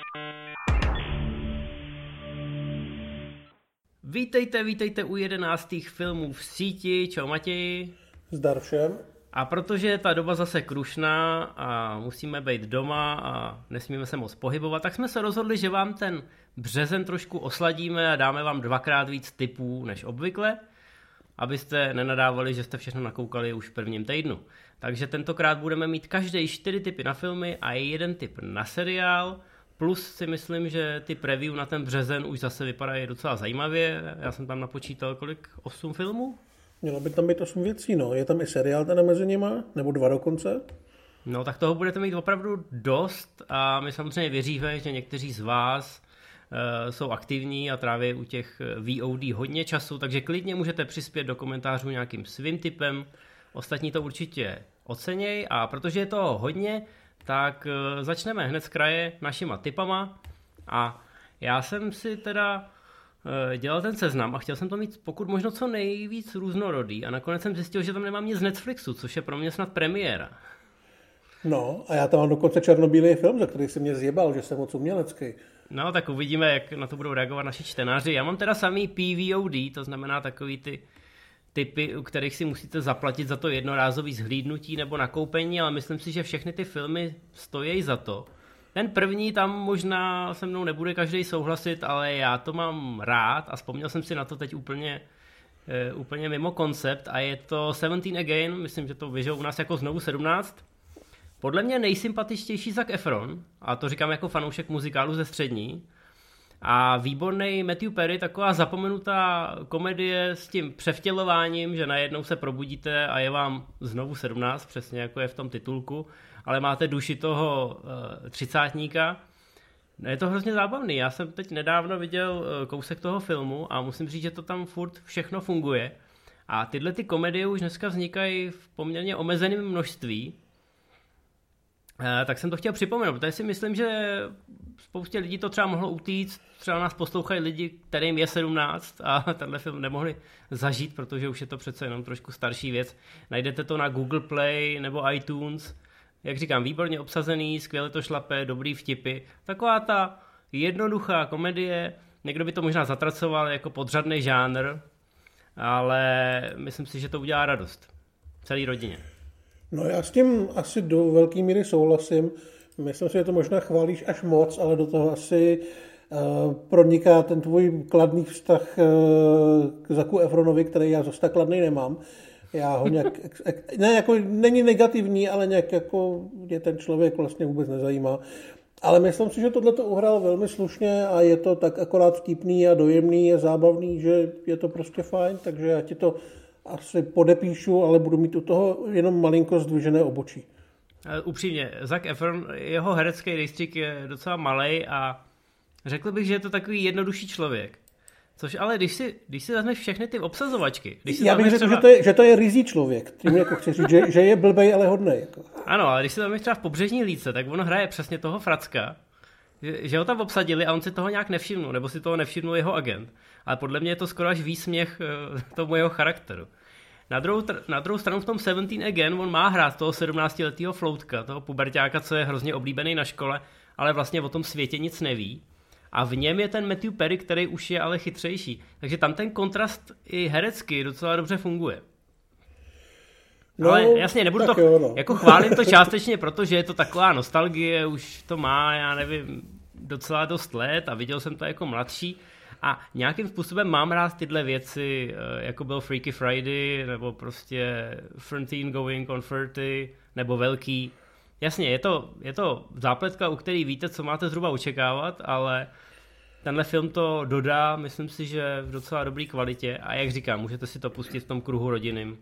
Vítejte u 11. filmů v síti. Čau Matěji. Zdar všem. A protože je ta doba zase krušná a musíme být doma a nesmíme se moc pohybovat, tak jsme se rozhodli, že vám ten březen trošku osladíme a dáme vám 2x víc tipů než obvykle, abyste nenadávali, že jste všechno nakoukali už v prvním týdnu. Takže tentokrát budeme mít každý 4 tipy na filmy a 1 tip na seriál. Plus si myslím, že ty preview na ten březen už zase vypadají docela zajímavě. Já jsem tam napočítal 8 filmů? Mělo by tam být 8 věcí, no. Je tam i seriál ten mezi nima, nebo 2 dokonce? No tak toho budete mít opravdu dost a my samozřejmě věříme, že někteří z vás jsou aktivní a tráví u těch VOD hodně času, takže klidně můžete přispět do komentářů nějakým svým tipem. Ostatní to určitě oceněj a protože je to hodně, tak začneme hned z kraje našima tipama a já jsem si teda dělal ten seznam a chtěl jsem to mít pokud možno co nejvíc různorodý a nakonec jsem zjistil, že tam nemám nic z Netflixu, což je pro mě snad premiéra. No a já tam mám dokonce černobílý film, za který se mě zjebal, že jsem moc umělecký. No tak uvidíme, jak na to budou reagovat naši čtenáři. Já mám teda samý PVOD, to znamená takový ty typy, u kterých si musíte zaplatit za to jednorázový zhlídnutí nebo nakoupení, ale myslím si, že všechny ty filmy stojí za to. Ten první tam možná se mnou nebude každý souhlasit, ale já to mám rád a vzpomněl jsem si na to teď úplně mimo koncept a je to 17 Again, myslím, že to vyžou u nás jako znovu 17. Podle mě nejsympatičtější Zac Efron, a to říkám jako fanoušek muzikálu ze střední, a výborný Matthew Perry, taková zapomenutá komedie s tím převtělováním, že najednou se probudíte a je vám znovu 17, přesně jako je v tom titulku, ale máte duši toho třicátníka. Je to hrozně zábavný. Já jsem teď nedávno viděl kousek toho filmu a musím říct, že to tam furt všechno funguje. A tyhle ty komedie už dneska vznikají v poměrně omezeném množství. Tak jsem to chtěl připomenout, protože si myslím, že spoustě lidí to třeba mohlo utíct, třeba nás poslouchají lidi, kterým je 17 a tenhle film nemohli zažít, protože už je to přece jenom trošku starší věc. Najdete to na Google Play nebo iTunes, jak říkám, výborně obsazený, skvěle to šlape, dobrý vtipy, taková ta jednoduchá komedie, někdo by to možná zatracoval jako podřadný žánr, ale myslím si, že to udělá radost celé rodině. No já s tím asi do velké míry souhlasím. Myslím si, že to možná chválíš až moc, ale do toho asi proniká ten tvůj kladný vztah k Zacu Efronovi, který já zase tak kladný nemám. Já ho nějak, ne, jako není negativní, ale nějak jako mě ten člověk vlastně vůbec nezajímá. Ale myslím si, že tohle to uhrál velmi slušně a je to tak akorát vtipný a dojemný a zábavný, že je to prostě fajn, takže já ti to asi podepíšu, ale budu mít u toho jenom malinko zdvižené obočí. Upřímně, Zac Efron, jeho herecký rejstřík je docela malej a řekl bych, že je to takový jednodušší člověk. Což ale, když si vezmeš všechny ty obsazovačky... Já bych řekl, že to je rizí člověk. Tím jako chci říct, že je blbej, ale hodnej. Jako. Ano, ale když si vezmeš třeba v Pobřežní líce, tak on hraje přesně toho Fracka, že ho tam obsadili a on si toho nějak nevšimnul, nebo si toho nevšimnul jeho agent. Ale podle mě je to skoro až výsměch tomu jeho charakteru. Na druhou stranu v tom 17 Again on má hrát toho 17letého floutka, toho puberťáka, co je hrozně oblíbený na škole, ale vlastně o tom světě nic neví. A v něm je ten Matthew Perry, který už je ale chytřejší. Takže tam ten kontrast i herecky docela dobře funguje. No, ale jasně, nebudu to... Jako chválím to částečně, protože je to taková nostalgie, už to má, já nevím, docela dost let a viděl jsem to jako mladší. A nějakým způsobem mám rád tyhle věci, jako byl Freaky Friday, nebo prostě 13 Going on 30, nebo Velký. Jasně, je to zápletka, u který víte, co máte zhruba očekávat, ale tenhle film to dodá, myslím si, že v docela dobré kvalitě a jak říkám, můžete si to pustit v tom kruhu rodinným.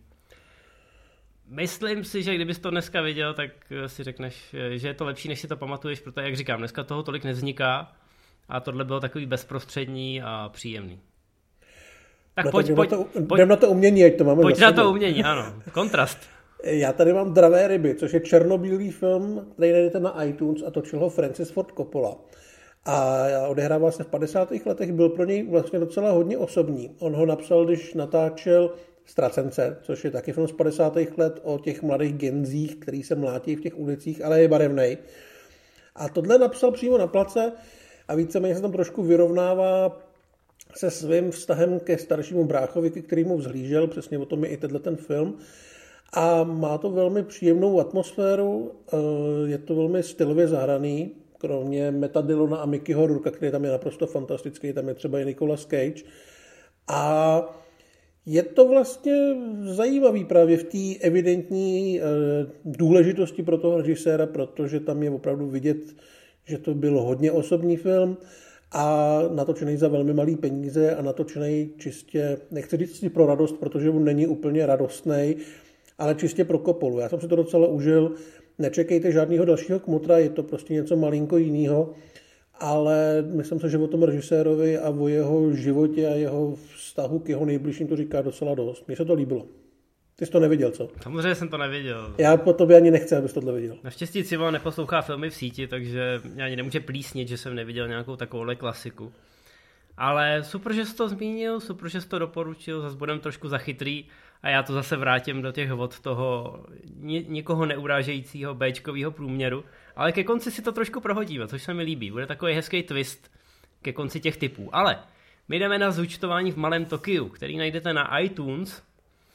Myslím si, že kdybys to dneska viděl, tak si řekneš, že je to lepší, než si to pamatuješ, protože jak říkám, dneska toho tolik nevzniká a tohle bylo takový bezprostřední a příjemný. Tak pojď na to umění, ať to máme. Pojď na to umění, ano. Kontrast. Já tady mám Dravé ryby, což je černobílý film, který najdete na iTunes a točil ho Francis Ford Coppola. A odehrává se v 50. letech, byl pro něj vlastně docela hodně osobní. On ho napsal, když natáčel Ztracence, což je taky film z 50. let o těch mladých genzích, který se mlátí v těch ulicích, ale je barevnej. A tohle napsal přímo na place a víceméně se tam trošku vyrovnává se svým vztahem ke staršímu bráchovi, ke kterému vzhlížel, přesně o tom je i ten film. A má to velmi příjemnou atmosféru, je to velmi stylově zahraný, kromě Metta Dillona a Mickeyho Rourka, který tam je naprosto fantastický, tam je třeba i Nicolas Cage. A je to vlastně zajímavý právě v té evidentní důležitosti pro toho režiséra, protože tam je opravdu vidět, že to byl hodně osobní film a natočený za velmi malý peníze a natočený čistě, nechci říct pro radost, protože on není úplně radostnej, ale čistě pro Coppolu. Já jsem si to docela užil, nečekejte žádného dalšího kmotra, je to prostě něco malinko jiného, ale myslím si, že o tom režisérovi a o jeho životě a jeho vztahu k jeho nejbližším to říká docela dost. Mně se to líbilo. Ty jsi to neviděl, co? Samozřejmě jsem to neviděl. Já po tobě ani nechci, abys tohle viděl. Naštěstí Civo neposlouchá filmy v síti, takže mě ani nemůže plísnit, že jsem neviděl nějakou takovouhle klasiku. Ale super, že jsi to zmínil, super, že jsi to doporučil, zase budem trošku zachytrý a já to zase vrátím do těch vod toho někoho neurážejícího Bčkovýho průměru, ale ke konci si to trošku prohodíme, což se mi líbí, bude takový hezký twist ke konci těch typů. Ale my jdeme na zúčtování v Malém Tokiu, který najdete na iTunes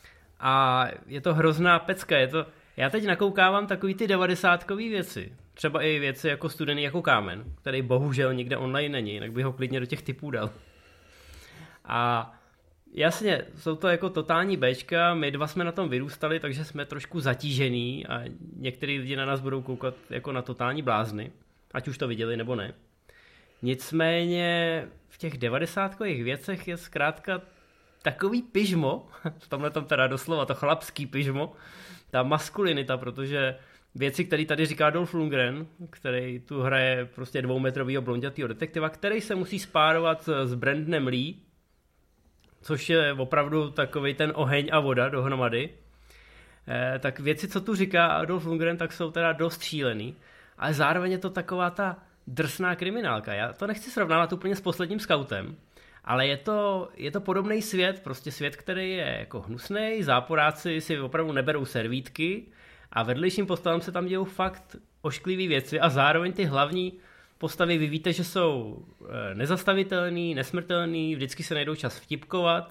a je to hrozná pecka, já teď nakoukávám takový ty 90kový věci, třeba i věci jako Studený jako kámen, který bohužel nikde online není, jinak bych ho klidně do těch typů dal. A jasně, jsou to jako totální Bčka, my dva jsme na tom vyrůstali, takže jsme trošku zatížený a některý lidi na nás budou koukat jako na totální blázny, ať už to viděli nebo ne. Nicméně v těch 90kových věcech je zkrátka takový pyžmo, v tomhle tom teda doslova to chlapský pyžmo, ta maskulinita, protože věci, které tady říká Dolph Lundgren, který tu hraje prostě 2metrovýho blondětýho detektiva, který se musí spárovat s Brandonem Lee, což je opravdu takovej ten oheň a voda dohromady, tak věci, co tu říká Adolf Lundgren, tak jsou teda dost šílený, ale zároveň je to taková ta drsná kriminálka. Já to nechci srovnávat úplně s Posledním skautem, ale je to podobný svět, prostě svět, který je jako hnusnej, záporáci si opravdu neberou servítky a vedlejším postavám se tam dějou fakt ošklivý věci a zároveň ty hlavní postavy vy víte, že jsou nezastavitelný, nesmrtelný, vždycky se najdou čas vtipkovat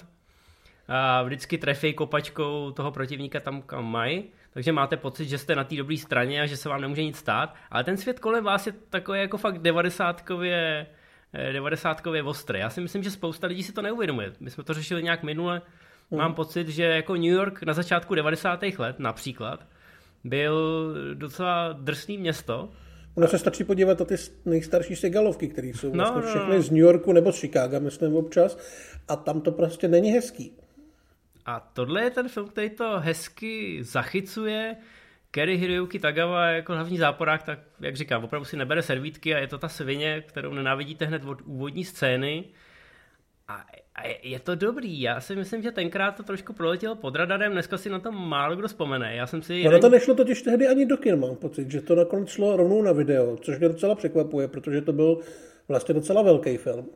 a vždycky trefej kopačkou toho protivníka tam, kam mají, takže máte pocit, že jste na té dobré straně a že se vám nemůže nic stát, ale ten svět kolem vás je takový jako fakt 90kově ostrý. Já si myslím, že spousta lidí si to neuvědomuje. My jsme to řešili nějak minule. Mám pocit, že jako New York na začátku 90. let například byl docela drsný město. Ono se stačí podívat na ty nejstarší Segalovky, které jsou vlastně všechny z New Yorku nebo z Chicaga, myslím občas, a tam to prostě není hezký. A tohle je ten film, který to hezky zachycuje. Cary Hiroyuki Tagawa jako hlavní záporák, tak jak říkám, opravdu si nebere servítky a je to ta svině, kterou nenávidíte hned od úvodní scény. A je to dobrý, já si myslím, že tenkrát to trošku proletělo pod radarem, dneska si na to málo kdo vzpomene. Já jsem si to nešlo totiž tehdy ani do kin, mám pocit, že to nakonec šlo rovnou na video, což mě docela překvapuje, protože to byl vlastně docela velký film.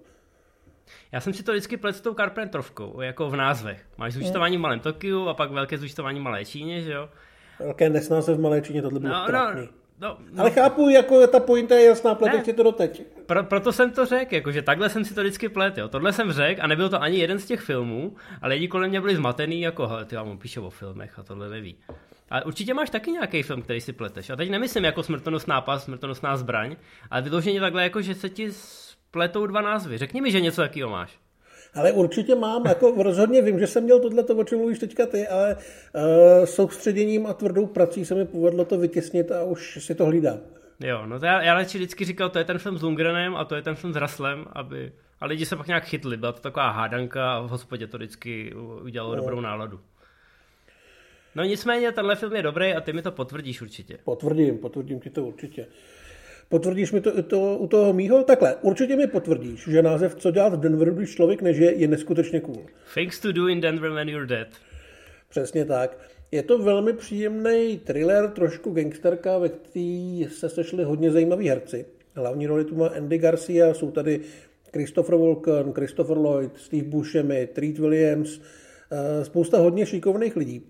Já jsem si to vždycky pletl s tou Carpenterovkou, jako v názvech. Máš zúčtování v Malém Tokiu a pak velké zúčtování v Malé Číně, že jo? Velké nesnáze v Malé Číně, tohle bylo trapný. No. Ale chápu, jako ta pointa je jasná, pleteš si to doteď. Proto jsem to řekl, jakože takhle jsem si to vždycky pletl. Tohle jsem řekl a nebyl to ani jeden z těch filmů, ale lidi kolem mě byli zmatený, jako hele, ty vám píšu o filmech a tohle neví. A určitě máš taky nějaký film, který si pleteš. A teď nemyslím jako Smrtonosná past, Smrtonosná zbraň, ale vyloženě takhle, jako že se ti spletou dva názvy. Řekni mi, že něco takového máš. Ale určitě mám, jako rozhodně vím, že jsem měl tohleto, o čem mluvíš teďka ty, ale soustředěním a tvrdou prací se mi povedlo to vytěsnit a už si to hlídám. Jo, no to já radši vždycky říkal, to je ten film s Lundgrenem a to je ten film s Russellem, a lidi se pak nějak chytli, byla to taková hádanka a v hospodě to vždycky udělalo dobrou náladu. No nicméně tenhle film je dobrý a ty mi to potvrdíš určitě. Potvrdím ti to určitě. Potvrdíš mi to u toho mýho? Takhle, určitě mi potvrdíš, že název Co dělat v Denveru, když člověk nežije, je neskutečně cool. Things to do in Denver when you're dead. Přesně tak. Je to velmi příjemný thriller, trošku gangsterka, ve který se sešli hodně zajímaví herci. Hlavní roli tu má Andy Garcia, jsou tady Christopher Walken, Christopher Lloyd, Steve Buscemi, Treat Williams, spousta hodně šikovných lidí.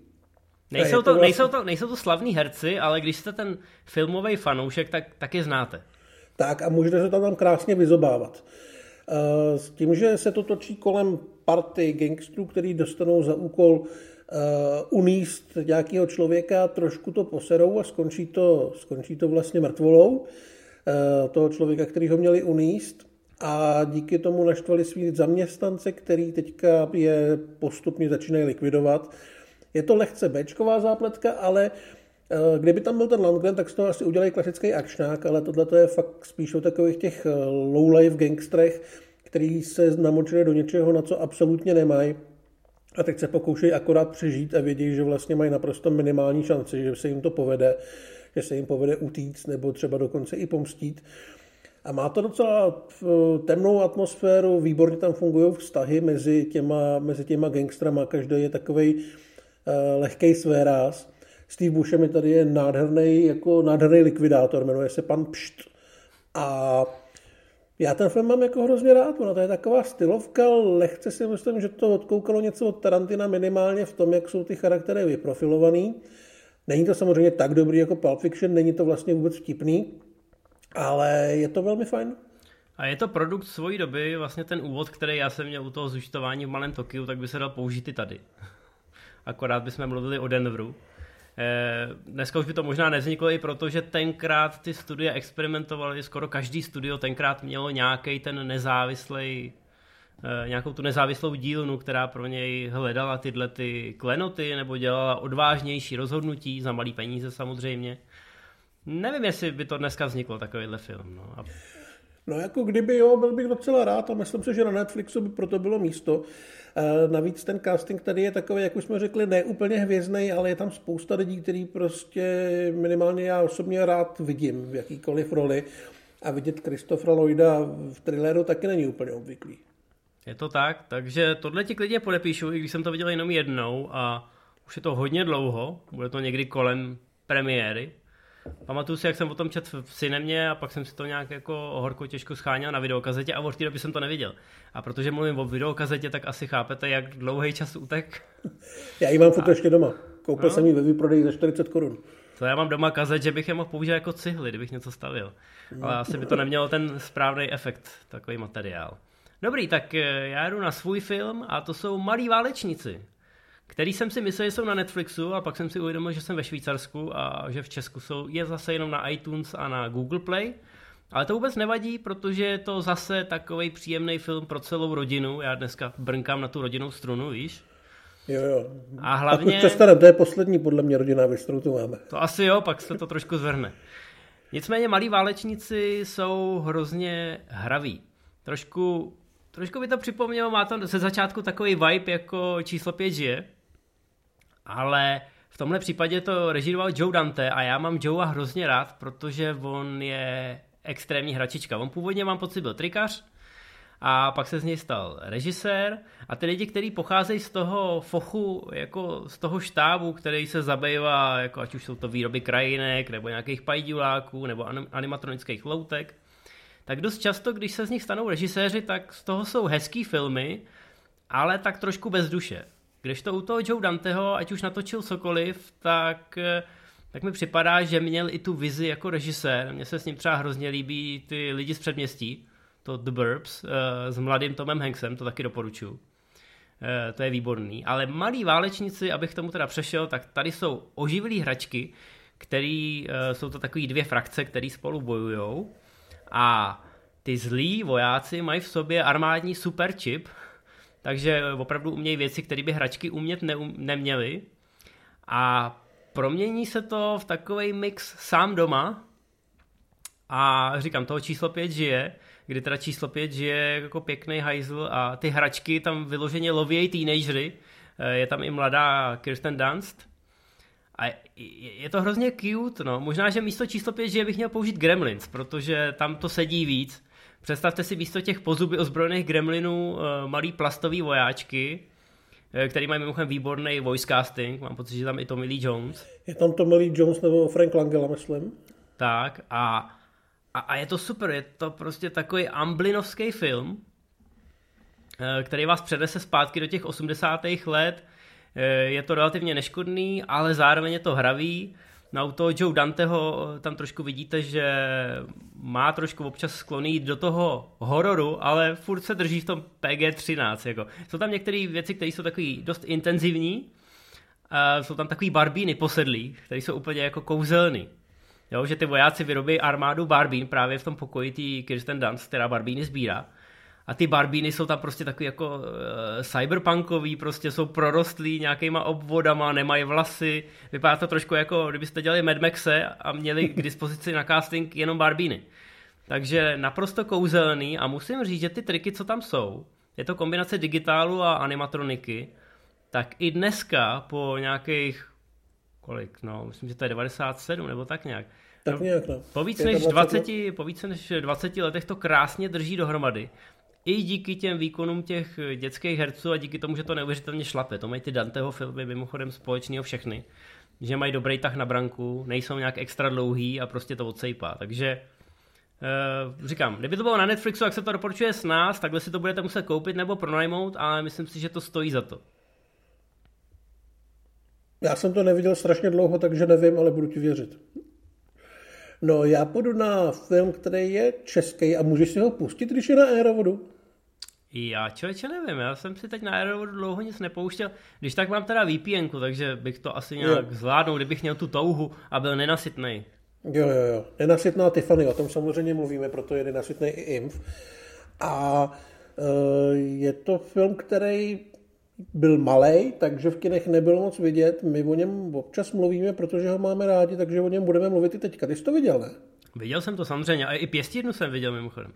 Nejsou to slavní herci, ale když jste ten filmový fanoušek, tak je znáte. Tak a můžete se tam krásně vyzobávat. S tím, že se to točí kolem party gangstrů, který dostanou za úkol uníst nějakého člověka, trošku to poserou a skončí to vlastně mrtvolou toho člověka, který ho měli uníst. A díky tomu naštvali svý zaměstnance, který teďka je postupně začínají likvidovat. Je to lehce béčková zápletka, ale kdyby tam byl ten Landgren, tak z toho asi udělají klasický akčňák, ale tohle je fakt spíš o takových těch low-life gangstrech, který se namočili do něčeho, na co absolutně nemají. A teď se pokoušejí akorát přežít a vědí, že vlastně mají naprosto minimální šanci, že se jim to povede, že se jim povede utíct nebo třeba dokonce i pomstít. A má to docela temnou atmosféru, výborně tam fungují vztahy mezi těma gangstrama, každý je takovej lehkej svéráz. Steve Buscemi tady je nádherný likvidátor, jmenuje se pan Pšt. A já ten film mám jako hrozně rád, to je taková stylovka, lehce si myslím, že to odkoukalo něco od Tarantina minimálně v tom, jak jsou ty charaktery vyprofilovaný. Není to samozřejmě tak dobrý jako Pulp Fiction, není to vlastně vůbec vtipný, ale je to velmi fajn. A je to produkt svojí doby, vlastně ten úvod, který já jsem měl u toho zúčtování v Malém Tokiu, tak by se dal použít i tady. Akorát bychom mluvili o Denveru. Dneska už by to možná nevzniklo i proto, že tenkrát ty studia experimentovaly, skoro každý studio tenkrát mělo nějakou tu nezávislou dílnu, která pro něj hledala tyhle ty klenoty nebo dělala odvážnější rozhodnutí za malý peníze samozřejmě. Nevím, jestli by to dneska vzniklo, takovýhle film. No jako kdyby jo, byl bych docela rád a myslím si, že na Netflixu by proto bylo místo. Navíc ten casting tady je takový, jak už jsme řekli, ne úplně hvězdnej, ale je tam spousta lidí, který prostě minimálně já osobně rád vidím v jakýkoliv roli a vidět Christophera Lloyda v thrilleru taky není úplně obvyklý. Je to tak, takže tohle ti klidně podepíšu, i když jsem to viděl jenom jednou a už je to hodně dlouho, bude to někdy kolem premiéry. Pamatuju si, jak jsem o tom četl v Cinemě a pak jsem si to nějak jako horko těžko scháněl na videokazetě a od té doby jsem to neviděl. A protože mluvím o videokazetě, tak asi chápete, jak dlouhý čas utek. Já ji mám furt ještě doma. Koupil jsem ji ve výprodeji za 40 korun. To já mám doma kazet, že bych je mohl použít jako cihly, kdybych něco stavil. Ale asi by to nemělo ten správný efekt, takový materiál. Dobrý, tak já jdu na svůj film a to jsou Malí válečníci, který jsem si myslel, že jsou na Netflixu a pak jsem si uvědomil, že jsem ve Švýcarsku a že v Česku je zase jenom na iTunes a na Google Play. Ale to vůbec nevadí, protože je to zase takovej příjemný film pro celou rodinu. Já dneska brnkám na tu rodinnou strunu, víš? Jo. A hlavně... Pak už přestaneme, to je poslední podle mě rodinná věc, kterou tu máme. To asi jo, pak se to trošku zvrhne. Nicméně Malí válečníci jsou hrozně hraví. Trošku by to připomnělo, má to ze začátku takový vibe jako Číslo 5 žije, ale v tomhle případě to režíroval Joe Dante a já mám Joea hrozně rád, protože on je extrémní hračička. On původně, mám pocit, byl trikař a pak se z něj stal režisér a ty lidi, kteří pocházejí z toho fochu, jako z toho štábu, který se zabývá, jako ať už jsou to výroby krajinek, nebo nějakých pajďuláků, nebo animatronických loutek, tak dost často, když se z nich stanou režiséři, tak z toho jsou hezký filmy, ale tak trošku bez duše. Kdežto u toho Joe Danteho, ať už natočil cokoliv, tak mi připadá, že měl i tu vizi jako režisér. Mně se s ním třeba hrozně líbí ty lidi z předměstí, to The Burbs, s mladým Tomem Hanksem, to taky doporučuji. To je výborný. Ale Malí válečníci, abych tomu teda přešel, tak tady jsou oživlý hračky, který jsou to takový dvě frakce, který spolu bojujou. A ty zlí vojáci mají v sobě armádní superčip, takže opravdu umějí věci, které by hračky umět neměly. A promění se to v takovej mix sám doma. A říkám, toho Číslo 5 žije, kdy teda Číslo 5 žije jako pěkný hajzl a ty hračky tam vyloženě lovějí teenagery. Je tam i mladá Kirsten Dunst. A je to hrozně cute, no. Možná, že místo Číslo 5 žije bych měl použít Gremlins, protože tam to sedí víc. Představte si místo těch po zuby ozbrojených gremlinů malý plastový vojáčky, který mají mimochodem výborný voice casting. Mám pocit, že tam i Tommy Lee Jones. Je tam Tommy Lee Jones nebo Frank Langella, myslím. Tak a je to super, je to prostě takový amblinovský film, který vás přenese zpátky do těch 80. let. Je to relativně neškodný, ale zároveň je to hravý. Na u toho Joe Danteho tam trošku vidíte, že má trošku občas skloný jít do toho hororu, ale furt se drží v tom PG-13. Jako. Jsou tam některé věci, které jsou takový dost intenzivní. Jsou tam takový barbíny posedlí, které jsou úplně jako kouzelný. Jo, že ty vojáci vyrobí armádu barbín právě v tom pokoji tý Kirsten Dunst, která barbíny sbírá. A ty barbíny jsou tam prostě takový jako cyberpunkový, prostě jsou prorostlí nějakýma obvodama, nemají vlasy. Vypadá to trošku jako, kdybyste dělali Mad Maxe a měli k dispozici na casting jenom barbíny. Takže naprosto kouzelný a musím říct, že ty triky, co tam jsou, je to kombinace digitálu a animatroniky, tak i dneska po nějakých, myslím, že to je 97 nebo tak nějak. Tak nějak, no. Po více než 20 letech to krásně drží dohromady. I díky těm výkonům těch dětských herců a díky tomu, že to neuvěřitelně šlape. To mají ty Danteho filmy mimochodem společného všechny. Že mají dobrý tah na branku, nejsou nějak extra dlouhý a prostě to odsejpá. Takže říkám, kdyby to bylo na Netflixu, jak se to doporučuje s nás, takhle si to budete muset koupit nebo pronajmout, ale myslím si, že to stojí za to. Já jsem to neviděl strašně dlouho, takže nevím, ale budu ti věřit. No, já půjdu na film, který je český a můžeš si ho pustit, když je na Aerovodu? Já člověče nevím, já jsem si teď na Aerovodu dlouho nic nepouštěl, když tak mám teda VPNku, takže bych to asi nějak zvládnul, kdybych měl tu touhu a byl nenasytnej. Jo. Nenasytná Tiffany, o tom samozřejmě mluvíme, proto je nenasytnej i Inf. A je to film, který byl malej, takže v kinech nebylo moc vidět. My o něm občas mluvíme, protože ho máme rádi, takže o něm budeme mluvit i teďka. Ty jsi to viděl, ne? Viděl jsem to samozřejmě, a i Pěstírnu jsem viděl mimochodem.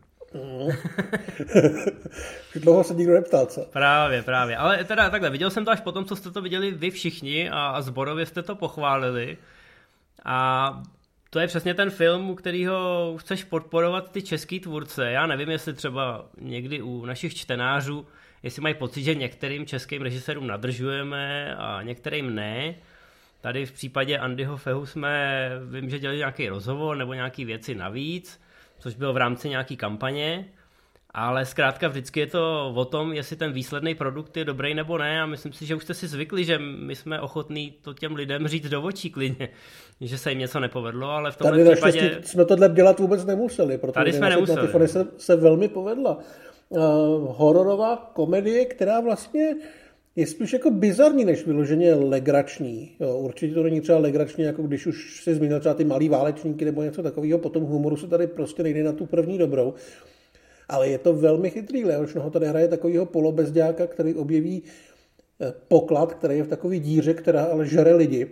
Dlouho se nikdo neptal, co? Právě. Ale teda takhle, viděl jsem to až potom, co jste to viděli vy všichni a sborově jste to pochválili. A to je přesně ten film, u kterého chceš podporovat ty český tvůrce. Já nevím, jestli třeba někdy u našich čtenářů, jestli mají pocit, že některým českým režisérům nadržujeme a některým ne. Tady v případě Andyho Fehu vím, že dělali nějaký rozhovor nebo nějaký věci navíc, což bylo v rámci nějaký kampaně, ale zkrátka vždycky je to o tom, jestli ten výsledný produkt je dobrý nebo ne, a myslím si, že už jste si zvykli, že my jsme ochotní to těm lidem říct do očí klidně, že se jim něco nepovedlo, ale v tomhle tady případě... jsme tohle dělat vůbec nemuseli, protože tady jsme nemuseli. Se velmi povedla. Hororová komedie, která vlastně je spíš jako bizarní, než vyloženě legrační. Jo, určitě to není třeba legrační, jako když už si zmínil třeba ty malý válečníky nebo něco takového, potom humoru se tady prostě nejde na tu první dobrou. Ale je to velmi chytrý. Leoš Noho tady hraje takového polobezďáka, který objeví poklad, který je v takové díře, která ale žere lidi.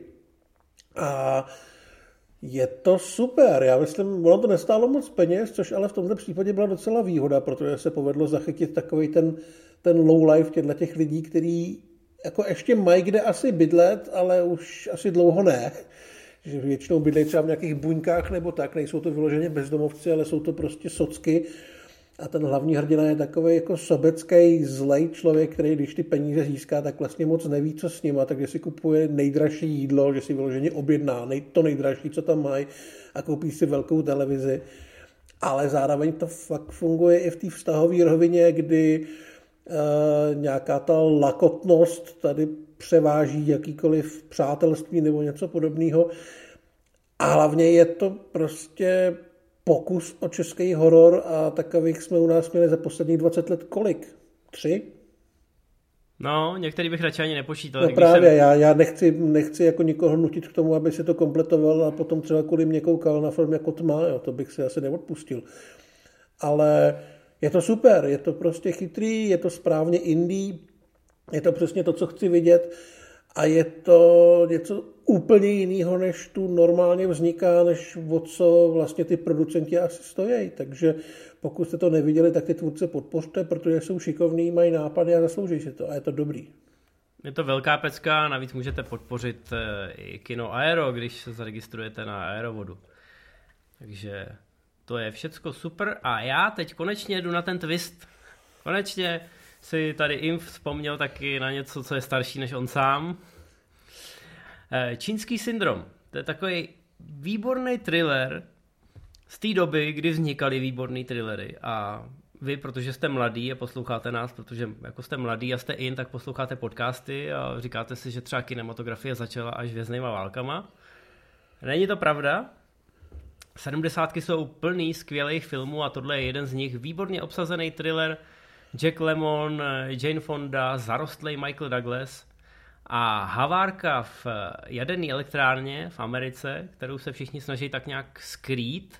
A je to super. Já myslím, ono to nestálo moc peněz, což ale v tomto případě byla docela výhoda, protože se povedlo zachytit takový ten low life těch lidí, kteří jako ještě mají kde asi bydlet, ale už asi dlouho ne. Že většinou bydlejí třeba v nějakých buňkách nebo tak, nejsou to vyloženě bezdomovci, ale jsou to prostě socky. A ten hlavní hrdina je takový jako sobecký, zlej člověk, který když ty peníze získá, tak vlastně moc neví, co s nima, takže si kupuje nejdražší jídlo, že si vyloženě objedná to nejdražší, co tam mají, a koupí si velkou televizi. Ale zároveň to fakt funguje i v té vztahové rovině, kdy nějaká ta lakotnost tady převáží jakýkoliv přátelství nebo něco podobného. A hlavně je to prostě pokus o český horor a takových jsme u nás měli za posledních 20 let kolik? 3? No, některý bych radši ani nepočítal. No právě, já nechci jako nikoho nutit k tomu, aby si to kompletoval a potom třeba kvůli mě koukal na film jako Tma, jo, to bych si asi neodpustil. Ale je to super, je to prostě chytrý, je to správně indie, je to přesně to, co chci vidět a je to něco úplně jiného, než tu normálně vzniká, než o co vlastně ty producenti asi stojí. Takže pokud jste to neviděli, tak ty tvůrce podpořte, protože jsou šikovní, mají nápady a zaslouží si to a je to dobrý. Je to velká pecka, navíc můžete podpořit i kino Aero, když se zaregistrujete na Aerovodu. Takže to je všecko super a já teď konečně jdu na ten twist. Konečně si tady Inf vzpomněl taky na něco, co je starší než on sám. Čínský syndrom. To je takový výborný thriller z té doby, kdy vznikaly výborný thrillery. A vy, protože jste mladý a posloucháte nás, protože jako jste mladý a jste in, tak posloucháte podcasty a říkáte si, že třeba kinematografie začala až Věznýma válkama. Není to pravda. 70. jsou plný skvělých filmů a tohle je jeden z nich. Výborně obsazený thriller, Jack Lemmon, Jane Fonda, zarostlej Michael Douglas a havárka v jaderné elektrárně v Americe, kterou se všichni snaží tak nějak skrýt.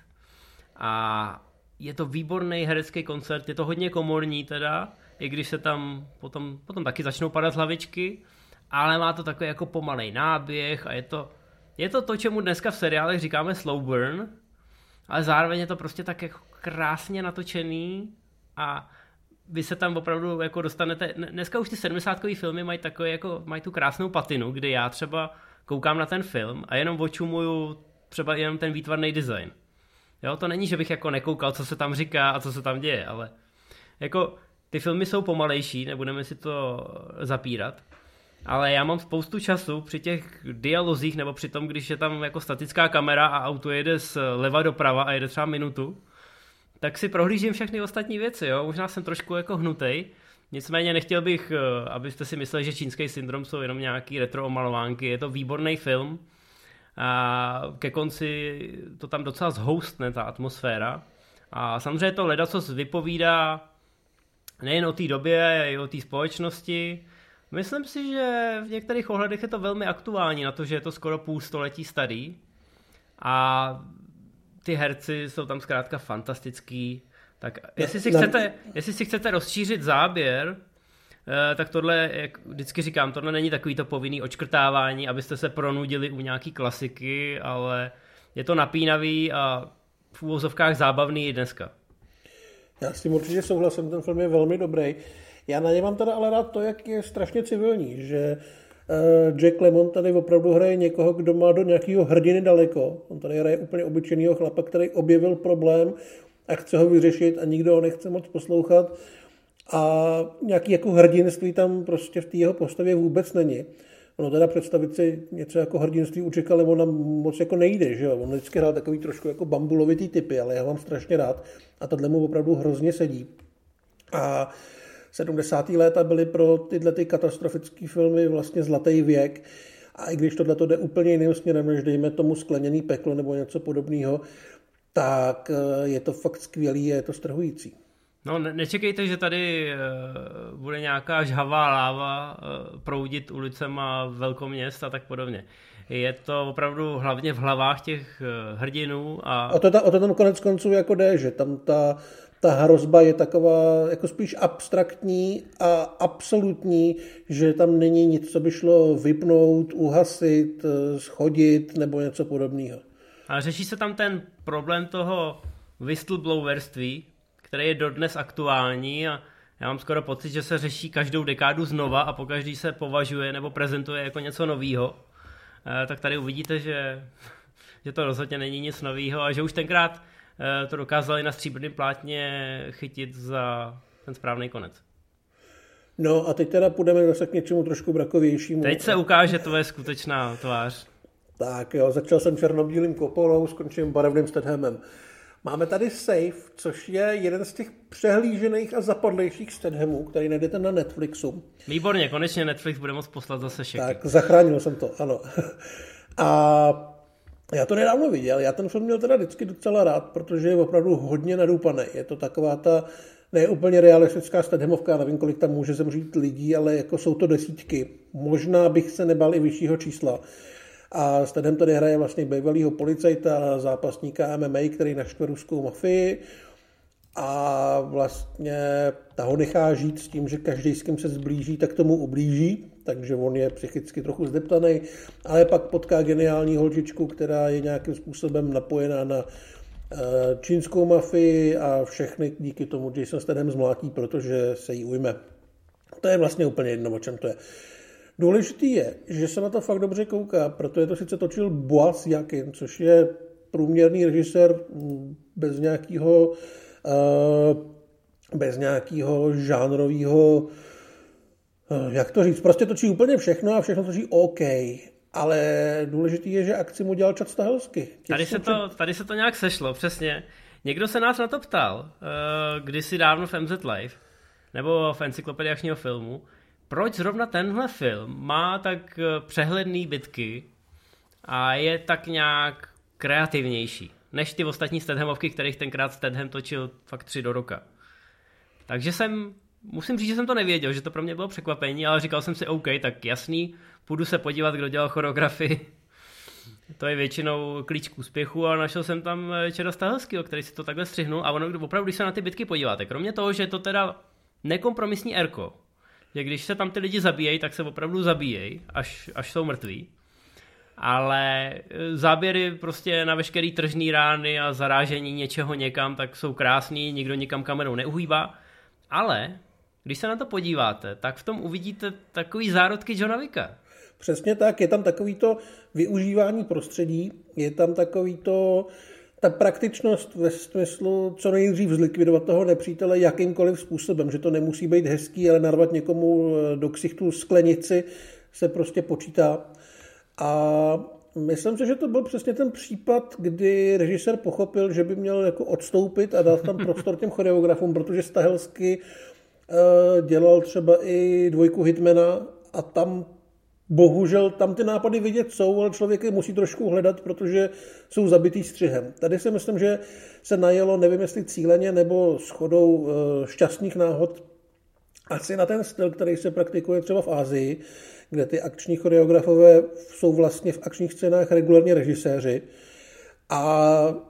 A je to výborný herecký koncert, je to hodně komorní teda, i když se tam potom taky začnou padat hlavičky, ale má to takový jako pomalej náběh a je to, čemu dneska v seriálech říkáme slow burn, ale zároveň je to prostě tak jako krásně natočený a vy se tam opravdu jako dostanete, dneska už ty 70kový filmy mají tu krásnou patinu, kdy já třeba koukám na ten film a jenom očumuju třeba jenom ten výtvarný design. Jo, to není, že bych jako nekoukal, co se tam říká a co se tam děje, ale jako ty filmy jsou pomalejší, nebudeme si to zapírat, ale já mám spoustu času při těch dialozích nebo při tom, když je tam jako statická kamera a auto jede zleva doprava a jede třeba minutu, tak si prohlížím všechny ostatní věci, jo, možná jsem trošku jako hnutej, nicméně nechtěl bych, abyste si mysleli, že čínský syndrom jsou jenom nějaký retro omalovánky, je to výborný film, a ke konci to tam docela zhoustne, ta atmosféra. A samozřejmě to ledacos vypovídá nejen o té době, ale i o té společnosti. Myslím si, že v některých ohledech je to velmi aktuální na to, že je to skoro půl století starý. A ty herci jsou tam zkrátka fantastický. Tak jestli si chcete rozšířit záběr, tak tohle, jak vždycky říkám, tohle není takový to povinný očkrtávání, abyste se pronudili u nějaký klasiky, ale je to napínavý a v úvozovkách zábavný i dneska. Já s tím určitě souhlasím, ten film je velmi dobrý. Já na ně mám teda ale rád to, jak je strašně civilní, že Jack Lemmon tady opravdu hraje někoho, kdo má do nějakého hrdiny daleko. On tady hraje úplně obyčejného chlapa, který objevil problém a chce ho vyřešit a nikdo ho nechce moc poslouchat. A nějaký jako hrdinství tam prostě v té jeho postavě vůbec není. Ono teda představit si něco jako hrdinství u Jacka Lemmona moc jako nejde, že jo? On vždycky hrál takový trošku jako bambulovitý typy, ale já mám strašně rád a tohle mu opravdu hrozně sedí. A 70. léta byly pro tyhle ty katastrofické filmy vlastně zlatý věk a i když tohle to jde úplně jiným směrem, než dejme tomu Skleněný peklo nebo něco podobného, tak je to fakt skvělý a je to strhující. No, nečekejte, že tady bude nějaká žhavá láva proudit ulicema velkoměst a tak podobně. Je to opravdu hlavně v hlavách těch hrdinů. O to tam konec konců jako jde, že tam ta hrozba je taková jako spíš abstraktní a absolutní, že tam není nic, co by šlo vypnout, uhasit, schodit nebo něco podobného. A řeší se tam ten problém toho whistleblowerství, který je dodnes aktuální a já mám skoro pocit, že se řeší každou dekádu znova a pokaždý se považuje nebo prezentuje jako něco novýho. Tak tady uvidíte, že to rozhodně není nic novýho a že už tenkrát to dokázali na stříbrném plátně chytit za ten správný konec. No a teď teda půjdeme zase k něčemu trošku brakovějšímu. Teď se ukáže tvoje skutečná tvář. Tak jo, začal jsem černobílým Coppolou, skončím barevným Stathamem. Máme tady Safe, což je jeden z těch přehlížených a zapadlejších Stathamů, který najdete na Netflixu. Výborně, konečně Netflix bude moct poslat zase šeky. Tak, zachránil jsem to, ano. A já to nedávno viděl, já ten film měl teda vždycky docela rád, protože je opravdu hodně nadoupaný. Je to taková ta neúplně realistická Stathamovka, nevím, kolik tam může zemřít lidí, ale jako jsou to desítky. Možná bych se nebal i vyššího čísla. A Statham tady hraje vlastně bývalýho policajta, zápasníka MMA, který naštve ruskou mafii a vlastně ta ho nechá žít s tím, že každý, s kým se zblíží, tak tomu ublíží, takže on je psychicky trochu zdeptaný, ale pak potká geniální holčičku, která je nějakým způsobem napojená na čínskou mafii a všechny díky tomu Jason Statham zmlátí, protože se jí ujme. To je vlastně úplně jedno, o čem to je. Důležitý je, že se na to fakt dobře kouká, protože to sice točil Boaz Yakin, což je průměrný režisér bez nějakého žánrového, jak to říct, prostě točí úplně všechno a všechno točí OK, ale důležitý je, že akci mu dělal Chad Stahelski. Tady se to nějak sešlo, přesně. Někdo se nás na to ptal, kdysi dávno v MZ Live, nebo v encyklopedii akčního filmu, proč zrovna tenhle film má tak přehledný bitky a je tak nějak kreativnější než ty ostatní Stathamovky, kterých tenkrát Statham točil fakt 3 do roka. Takže musím říct, že jsem to nevěděl, že to pro mě bylo překvapení, ale říkal jsem si, OK, tak jasný, půjdu se podívat, kdo dělal choreografii. To je většinou klíč k úspěchu a našel jsem tam Chada Stahelského, který si to takhle střihnul a ono opravdu, když se na ty bitky podíváte, kromě toho, že je to teda nekompromisní erko, že když se tam ty lidi zabíjejí, tak se opravdu zabíjejí, až jsou mrtví. Ale záběry prostě na veškerý tržní rány a zarážení něčeho někam, tak jsou krásný, nikdo nikam kamerou neuhýbá. Ale když se na to podíváte, tak v tom uvidíte takový zárodky Johna Wicka. Přesně tak, je tam takovýto využívání prostředí, je tam takovýto ta praktičnost ve smyslu co nejdřív zlikvidovat toho nepřítele jakýmkoliv způsobem, že to nemusí být hezký, ale narvat někomu do ksichtu sklenici se prostě počítá. A myslím si, že to byl přesně ten případ, kdy režisér pochopil, že by měl jako odstoupit a dát tam prostor těm choreografům, protože Stahelsky dělal třeba i 2 Hitmana a tam bohužel tam ty nápady vidět jsou, ale člověk je musí trošku hledat, protože jsou zabitý střihem. Tady si myslím, že se najelo, nevím jestli cíleně nebo shodou šťastných náhod, asi na ten styl, který se praktikuje třeba v Asii, kde ty akční choreografové jsou vlastně v akčních scénách regulárně režiséři. A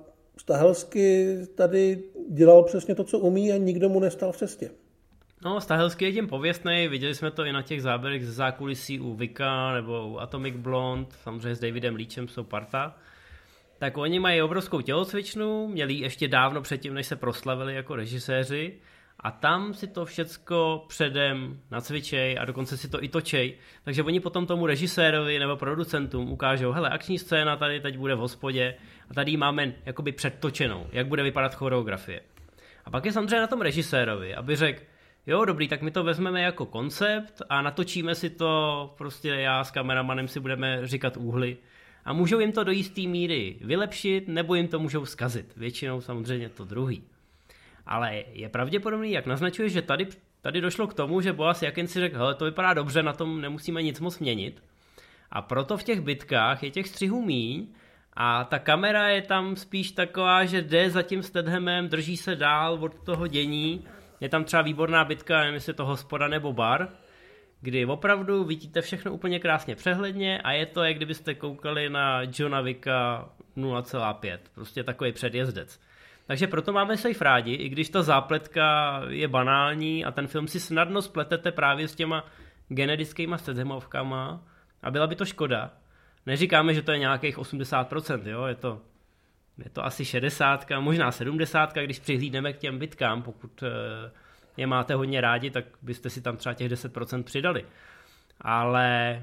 Stahelsky tady dělal přesně to, co umí a nikdo mu nestal v cestě. No, Stahelsky je tím pověstnej, viděli jsme to i na těch záběrech ze zákulisí u Vicka nebo u Atomic Blonde, samozřejmě s Davidem Leachem jsou parta. Tak oni mají obrovskou tělocvičnu, měli ještě dávno předtím, než se proslavili jako režiséři a tam si to všecko předem nacvičej a dokonce si to i točej. Takže oni potom tomu režisérovi nebo producentům ukážou, hele, akční scéna tady teď bude v hospodě a tady máme jakoby předtočenou, jak bude vypadat choreografie. A pak je samozřejmě na tom režisérovi, aby řekl, jo, dobrý, tak my to vezmeme jako koncept a natočíme si to, prostě já s kameramanem si budeme říkat úhly a můžou jim to do jisté míry vylepšit, nebo jim to můžou zkazit. Většinou samozřejmě to druhý. Ale je pravděpodobný, jak naznačuje, že tady došlo k tomu, že Boaz Yakin si řekl, hele, to vypadá dobře, na tom nemusíme nic moc měnit. A proto v těch bitkách je těch střihů míň a ta kamera je tam spíš taková, že jde za tím Stathamem, drží se dál od toho dění. Je tam třeba výborná bitka, nevím, jestli je to hospoda nebo bar, kdy opravdu vidíte všechno úplně krásně přehledně a je to, jak kdybyste koukali na Johna Wicka 0,5, prostě takový předjezdec. Takže proto máme safe rádi, i když ta zápletka je banální a ten film si snadno spletete právě s těma generickýma Stathamovkama a byla by to škoda. Neříkáme, že to je nějakých 80%, jo, je to asi 60, možná 70, když přihlídneme k těm bitkám, pokud je máte hodně rádi, tak byste si tam třeba těch 10% přidali. Ale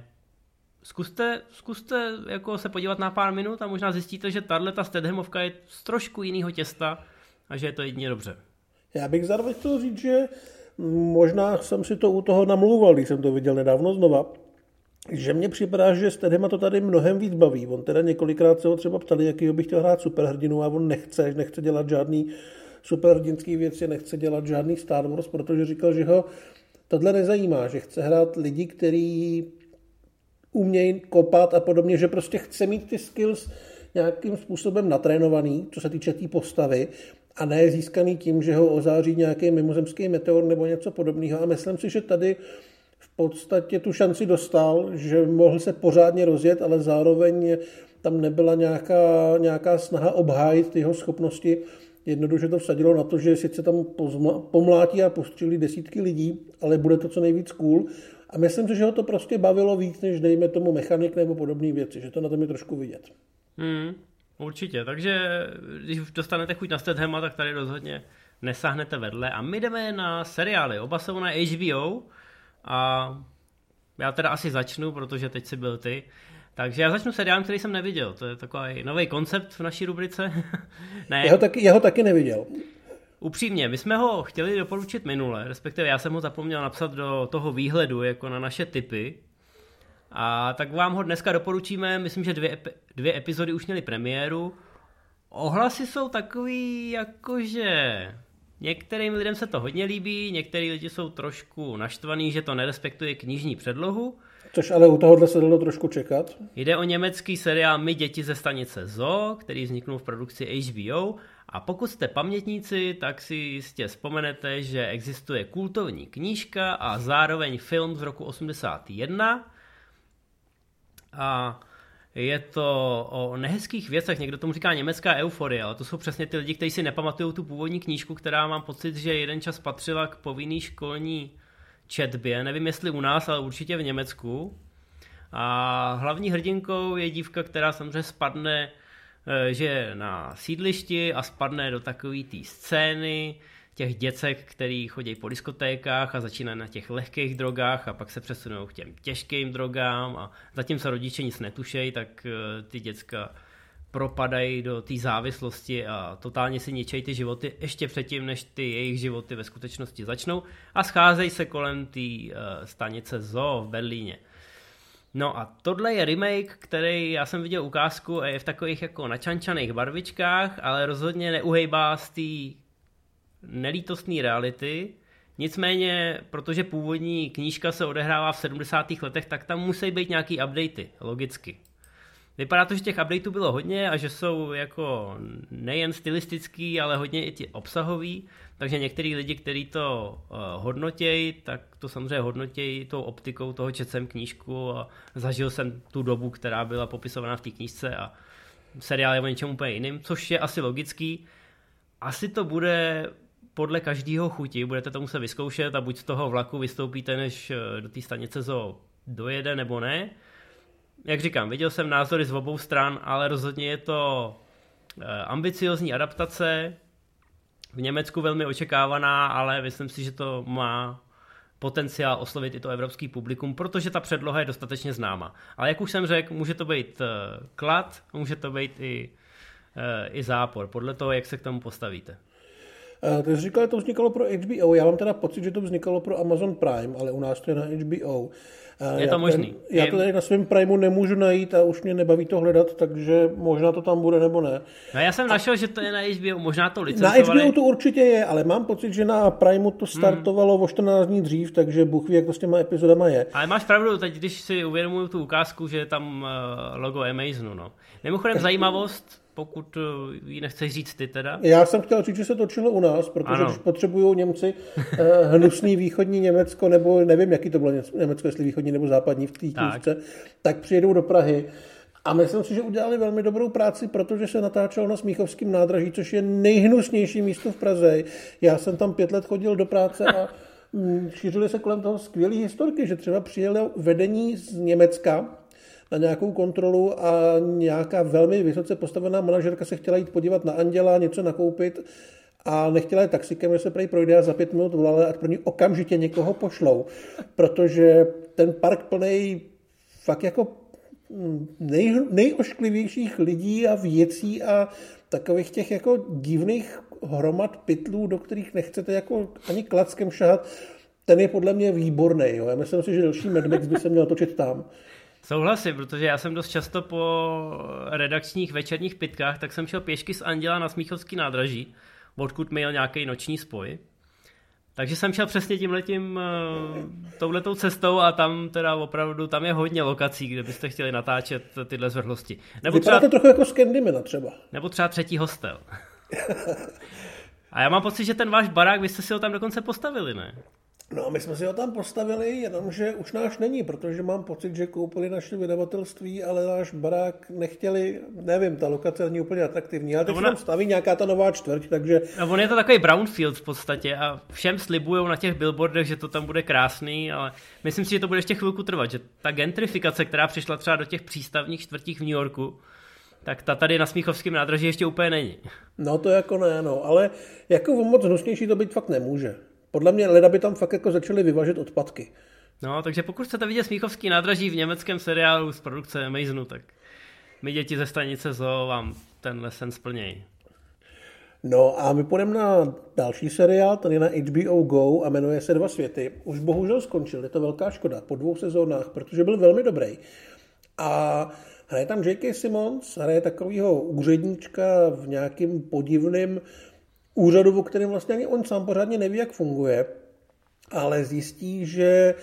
zkuste jako se podívat na pár minut a možná zjistíte, že tato Stathamovka je z trošku jinýho těsta a že je to jedině dobře. Já bych zároveň chtěl říct, že možná jsem si to u toho namlouval, když jsem to viděl nedávno znova, že mně připadá, že Stathama to tady mnohem víc baví. On teda několikrát se ho třeba ptali, jakýho by chtěl hrát superhrdinu a on nechce dělat žádný superhrdinský věci, nechce dělat žádný Star Wars, protože říkal, že ho tohle nezajímá, že chce hrát lidi, kteří umějí kopat a podobně, že prostě chce mít ty skills nějakým způsobem natrénovaný, co se týče té postavy, a ne získaný tím, že ho ozáří nějaký mimozemský meteor nebo něco podobného. A myslím si, že tady v podstatě tu šanci dostal, že mohl se pořádně rozjet, ale zároveň tam nebyla nějaká snaha obhájit jeho schopnosti. Jednoduše to vsadilo na to, že sice tam pomlátí a postřílí desítky lidí, ale bude to co nejvíc cool. A myslím si, že ho to prostě bavilo víc, než dejme tomu mechanik nebo podobné věci, že to na tom je trošku vidět. Určitě, takže když už dostanete chuť na Stathama, tak tady rozhodně nesáhnete vedle. A my jdeme na seriály, oba jsou na HBO a já teda asi začnu, protože teď si byl ty. Takže já začnu seriálem, který jsem neviděl, to je takový nový koncept v naší rubrice. Ne. Já ho taky neviděl. Upřímně, my jsme ho chtěli doporučit minule, respektive já jsem ho zapomněl napsat do toho výhledu, jako na naše tipy. A tak vám ho dneska doporučíme, myslím, že dvě epizody už měly premiéru. Ohlasy jsou takový, jakože některým lidem se to hodně líbí, některý lidi jsou trošku naštvaný, že to nerespektuje knižní předlohu. Což ale u tohohle se dalo trošku čekat. Jde o německý seriál My děti ze stanice Zoo, který vzniknul v produkci HBO. A pokud jste pamětníci, tak si jistě vzpomenete, že existuje kultovní knížka a zároveň film z roku 81. A je to o nehezkých věcech, někdo tomu říká německá euforie, ale to jsou přesně ty lidi, kteří si nepamatují tu původní knížku, která mám pocit, že jeden čas patřila k povinný školní četbě, nevím jestli u nás, ale určitě v Německu. A hlavní hrdinkou je dívka, která samozřejmě spadne, že je na sídlišti a spadne do takové té scény těch děcek, který chodí po diskotékách a začínají na těch lehkých drogách a pak se přesunou k těm těžkým drogám a zatím se rodiče nic netušejí, tak ty děcka propadají do té závislosti a totálně si ničejí ty životy ještě předtím, než ty jejich životy ve skutečnosti začnou a scházejí se kolem té stanice Zoo v Berlíně. No a tohle je remake, který já jsem viděl ukázku a je v takových jako načančaných barvičkách, ale rozhodně neuhejbá z té nelítostné reality. Nicméně, protože původní knížka se odehrává v 70. letech, tak tam musí být nějaký updaty, logicky. Vypadá to, že těch updateů bylo hodně a že jsou jako nejen stylistický, ale hodně i ti obsahový, takže některý lidi, kteří to hodnotějí, tak to samozřejmě hodnotějí tou optikou toho, četl jsem knížku a zažil jsem tu dobu, která byla popisovaná v té knížce a seriál je o něčem úplně jiným, což je asi logický. Asi to bude podle každého chuti, budete to muset vyzkoušet a buď z toho vlaku vystoupíte, než do té stanice Zoo dojede, nebo ne. Jak říkám, viděl jsem názory z obou stran, ale rozhodně je to ambiciozní adaptace, v Německu velmi očekávaná, ale myslím si, že to má potenciál oslovit i to evropský publikum, protože ta předloha je dostatečně známa. Ale jak už jsem řekl, může to být klad, může to být i zápor, podle toho, jak se k tomu postavíte. Ty jsi říkal, že to vznikalo pro HBO, já mám teda pocit, že to vznikalo pro Amazon Prime, ale u nás to je na HBO. Je to možný. Já to tady na svém Primeu nemůžu najít a už mě nebaví to hledat, takže možná to tam bude nebo ne. No já jsem našel, že to je na HBO, možná to licencovali. Na HBO to určitě je, ale mám pocit, že na Primeu to startovalo o 14 dní dřív, takže Bůh ví, jak to s těma epizodama je. Ale máš pravdu, teď když si uvědomuju tu ukázku, že je tam logo Amazonu. No. Mimochodem zajímavost, pokud ji nechceš říct ty teda. Já jsem chtěl říct, že se točilo u nás, protože když potřebují Němci hnusný východní Německo, nebo nevím, jaký to bylo Německo, jestli východní nebo západní v té knížce, tak přijedou do Prahy. A myslím si, že udělali velmi dobrou práci, protože se natáčelo na Smíchovském nádraží, což je nejhnusnější místo v Praze. Já jsem tam 5 let chodil do práce a šířily se kolem toho skvělé historky, že třeba přijelo vedení z Německa na nějakou kontrolu a nějaká velmi vysoce postavená manažerka se chtěla jít podívat na Anděla, něco nakoupit a nechtěla jít taxikem, že se prej projde a za 5 minut volala, ať pro ní okamžitě někoho pošlou, protože ten park plnej fakt jako nejošklivějších lidí a věcí a takových těch jako divných hromad pytlů, do kterých nechcete jako ani klackem šahat, ten je podle mě výborný. Jo. Já myslím si, že další Mad Max by se měl točit tam. Souhlasím, protože já jsem dost často po redakčních večerních pitkách, tak jsem šel pěšky z Anděla na Smíchovský nádraží, odkud měl nějaký noční spoj. Takže jsem šel přesně touhletou cestou a tam teda opravdu, tam je hodně lokací, kde byste chtěli natáčet tyhle zvrhlosti. Vypadá to trochu jako z Candymana třeba. Nebo třeba Třetí hostel. A já mám pocit, že ten váš barák, vy jste si ho tam dokonce postavili, ne? No, my jsme si ho tam postavili, jenomže už náš není, protože mám pocit, že koupili naše vydavatelství, ale náš barák nechtěli, nevím, ta lokace není úplně atraktivní, ale teď se tam staví nějaká ta nová čtvrť, takže... No, on je to takový brownfield v podstatě a všem slibujou na těch billboardech, že to tam bude krásný, ale myslím si, že to bude ještě chvilku trvat, že ta gentrifikace, která přišla třeba do těch přístavních čtvrtích v New Yorku, tak ta tady na Smíchovském nádraží ještě úplně není. No to jako ne, no, ale jako moc hnusnější to být fakt nemůže. Podle mě leda by tam fakt jako začali vyvažet odpadky. No, takže pokud chcete vidět Smíchovský nádraží v německém seriálu z produkce Amazonu, tak My děti ze stanice Zoo vám tenhle sen splnějí. No a my půjdeme na další seriál, ten je na HBO Go a jmenuje se Dva světy. Už bohužel skončil, je to velká škoda, po 2 sezónách, protože byl velmi dobrý. A hraje tam J.K. Simmons, hraje takovýho úředníčka v nějakým podivným úřadu, o kterém vlastně ani on sám pořádně neví, jak funguje, ale zjistí, že v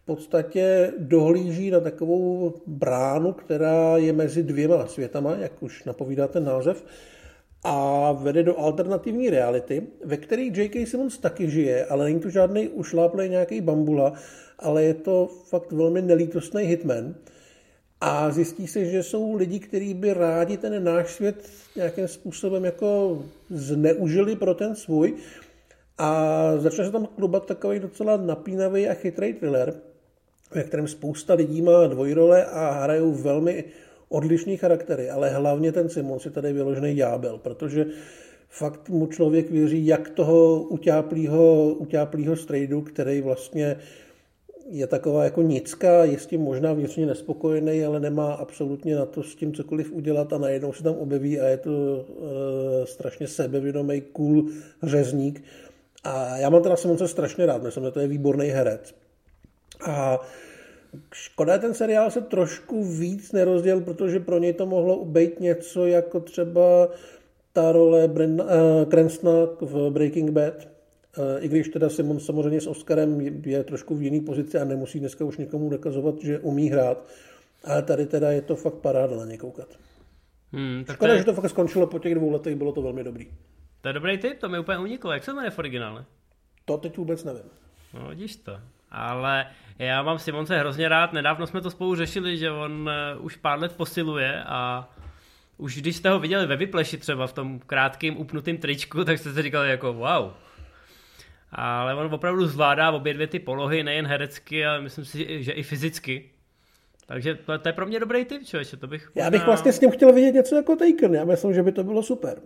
podstatě dohlíží na takovou bránu, která je mezi dvěma světama, jak už napovídá ten název, a vede do alternativní reality, ve které J.K. Simmons taky žije, ale není to žádný ušláplej nějaký bambula, ale je to fakt velmi nelítostný hitman. A zjistí se, že jsou lidi, kteří by rádi ten náš svět nějakým způsobem jako zneužili pro ten svůj. A začne se tam klubat takový docela napínavý a chytrý thriller, ve kterém spousta lidí má dvojrole a hrajou velmi odlišný charaktery, ale hlavně ten Simmons je tady vyložený ďábel, protože fakt mu člověk věří jak toho utáplýho strejdu, který vlastně je taková jako nicka, je s tím možná vnitřně nespokojený, ale nemá absolutně na to s tím cokoliv udělat a najednou se tam objeví a je to strašně sebevědomý, cool řezník. A já mám teda Simmonse strašně rád, myslím, že to je výborný herec. A škoda, ten seriál se trošku víc nerozděl, protože pro něj to mohlo být něco jako třeba ta role Cranstona v Breaking Bad. I když teda Simmons samozřejmě s Oscarem je trošku v jiný pozici a nemusí dneska už nikomu dokazovat, že umí hrát. Ale tady teda je to fakt paráda na ně koukat. Škoda, že to fakt skončilo po těch 2 letech, bylo to velmi dobrý. To je dobrý tip, to mi úplně uniklo. Jak se jmenuje v originále? To teď vůbec nevím. No, vidíš to. Ale já mám Simmonse hrozně rád. Nedávno jsme to spolu řešili, že on už pár let posiluje a už když jste ho viděli ve Vypleši třeba v tom krátkým upnutým tričku, tak jste si říkali jako wow. Ale on opravdu zvládá obě dvě ty polohy, nejen herecky, ale myslím si, že i fyzicky. Takže to je pro mě dobrý tip, člověče, to bych... Já bych vlastně s ním chtěl vidět něco jako Taken, já myslím, že by to bylo super.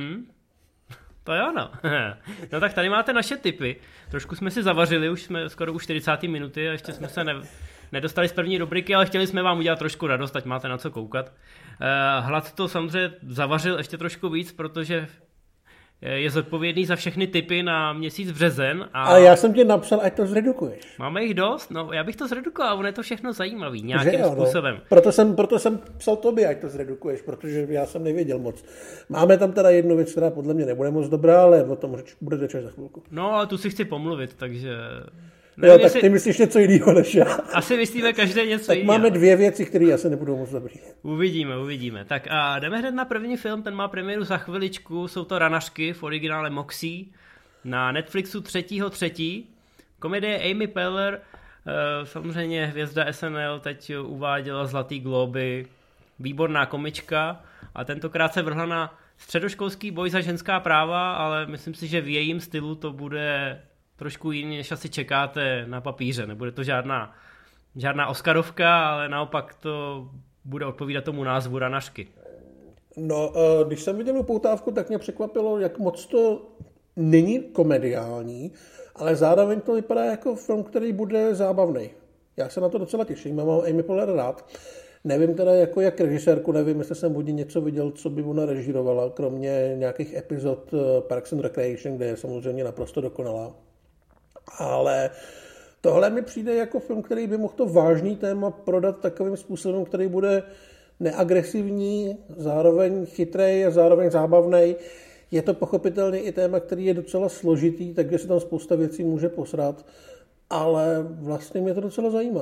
To jo, no. No tak tady máte naše tipy. Trošku jsme si zavařili, už jsme skoro u 40. minuty a ještě jsme se nedostali z první rubriky, ale chtěli jsme vám udělat trošku radost, ať máte na co koukat. Hlad to samozřejmě zavařil ještě trošku víc, protože je zodpovědný za všechny tipy na měsíc březen. Ale já jsem ti napsal, ať to zredukuješ. Máme jich dost? No, já bych to zredukoval, ono je to všechno zajímavý, nějakým způsobem. No. Proto jsem psal tobě, ať to zredukuješ, protože já jsem nevěděl moc. Máme tam teda jednu věc, která podle mě nebude moc dobrá, ale o tom bude řeč za chvilku. No, ale tu si chci pomluvit, takže... Nevím, tak ty myslíš něco jiného než já. Asi myslíme každý něco jiného. Tak máme 2 věci, které asi nebudou moc dobrý. Uvidíme. Tak a jdeme hned na první film, ten má premiéru za chviličku, jsou to Ranašky v originále Moxie na Netflixu 3.3. Komedie Amy Poehler, samozřejmě hvězda SNL, teď uváděla Zlatý glóby, výborná komička a tentokrát se vrhla na středoškolský boj za ženská práva, ale myslím si, že v jejím stylu to bude trošku jiný, než asi čekáte na papíře. Nebude to žádná Oscarovka, ale naopak to bude odpovídat tomu názvu Ranašky. No, když jsem viděl upoutávku, tak mě překvapilo, jak moc to není komediální, ale zároveň to vypadá jako film, který bude zábavný. Já se na to docela těším, já mám Amy Poehler rád. Nevím teda jako jak režisérku, nevím, jestli jsem od ní něco viděl, co by ona režírovala, kromě nějakých epizod Parks and Recreation, kde je samozřejmě naprosto dokonalá. Ale tohle mi přijde jako film, který by mohl to vážný téma prodat takovým způsobem, který bude neagresivní, zároveň chytrej a zároveň zábavný. Je to pochopitelně i téma, který je docela složitý, takže se tam spousta věcí může posrat, ale vlastně mě to docela zajímá.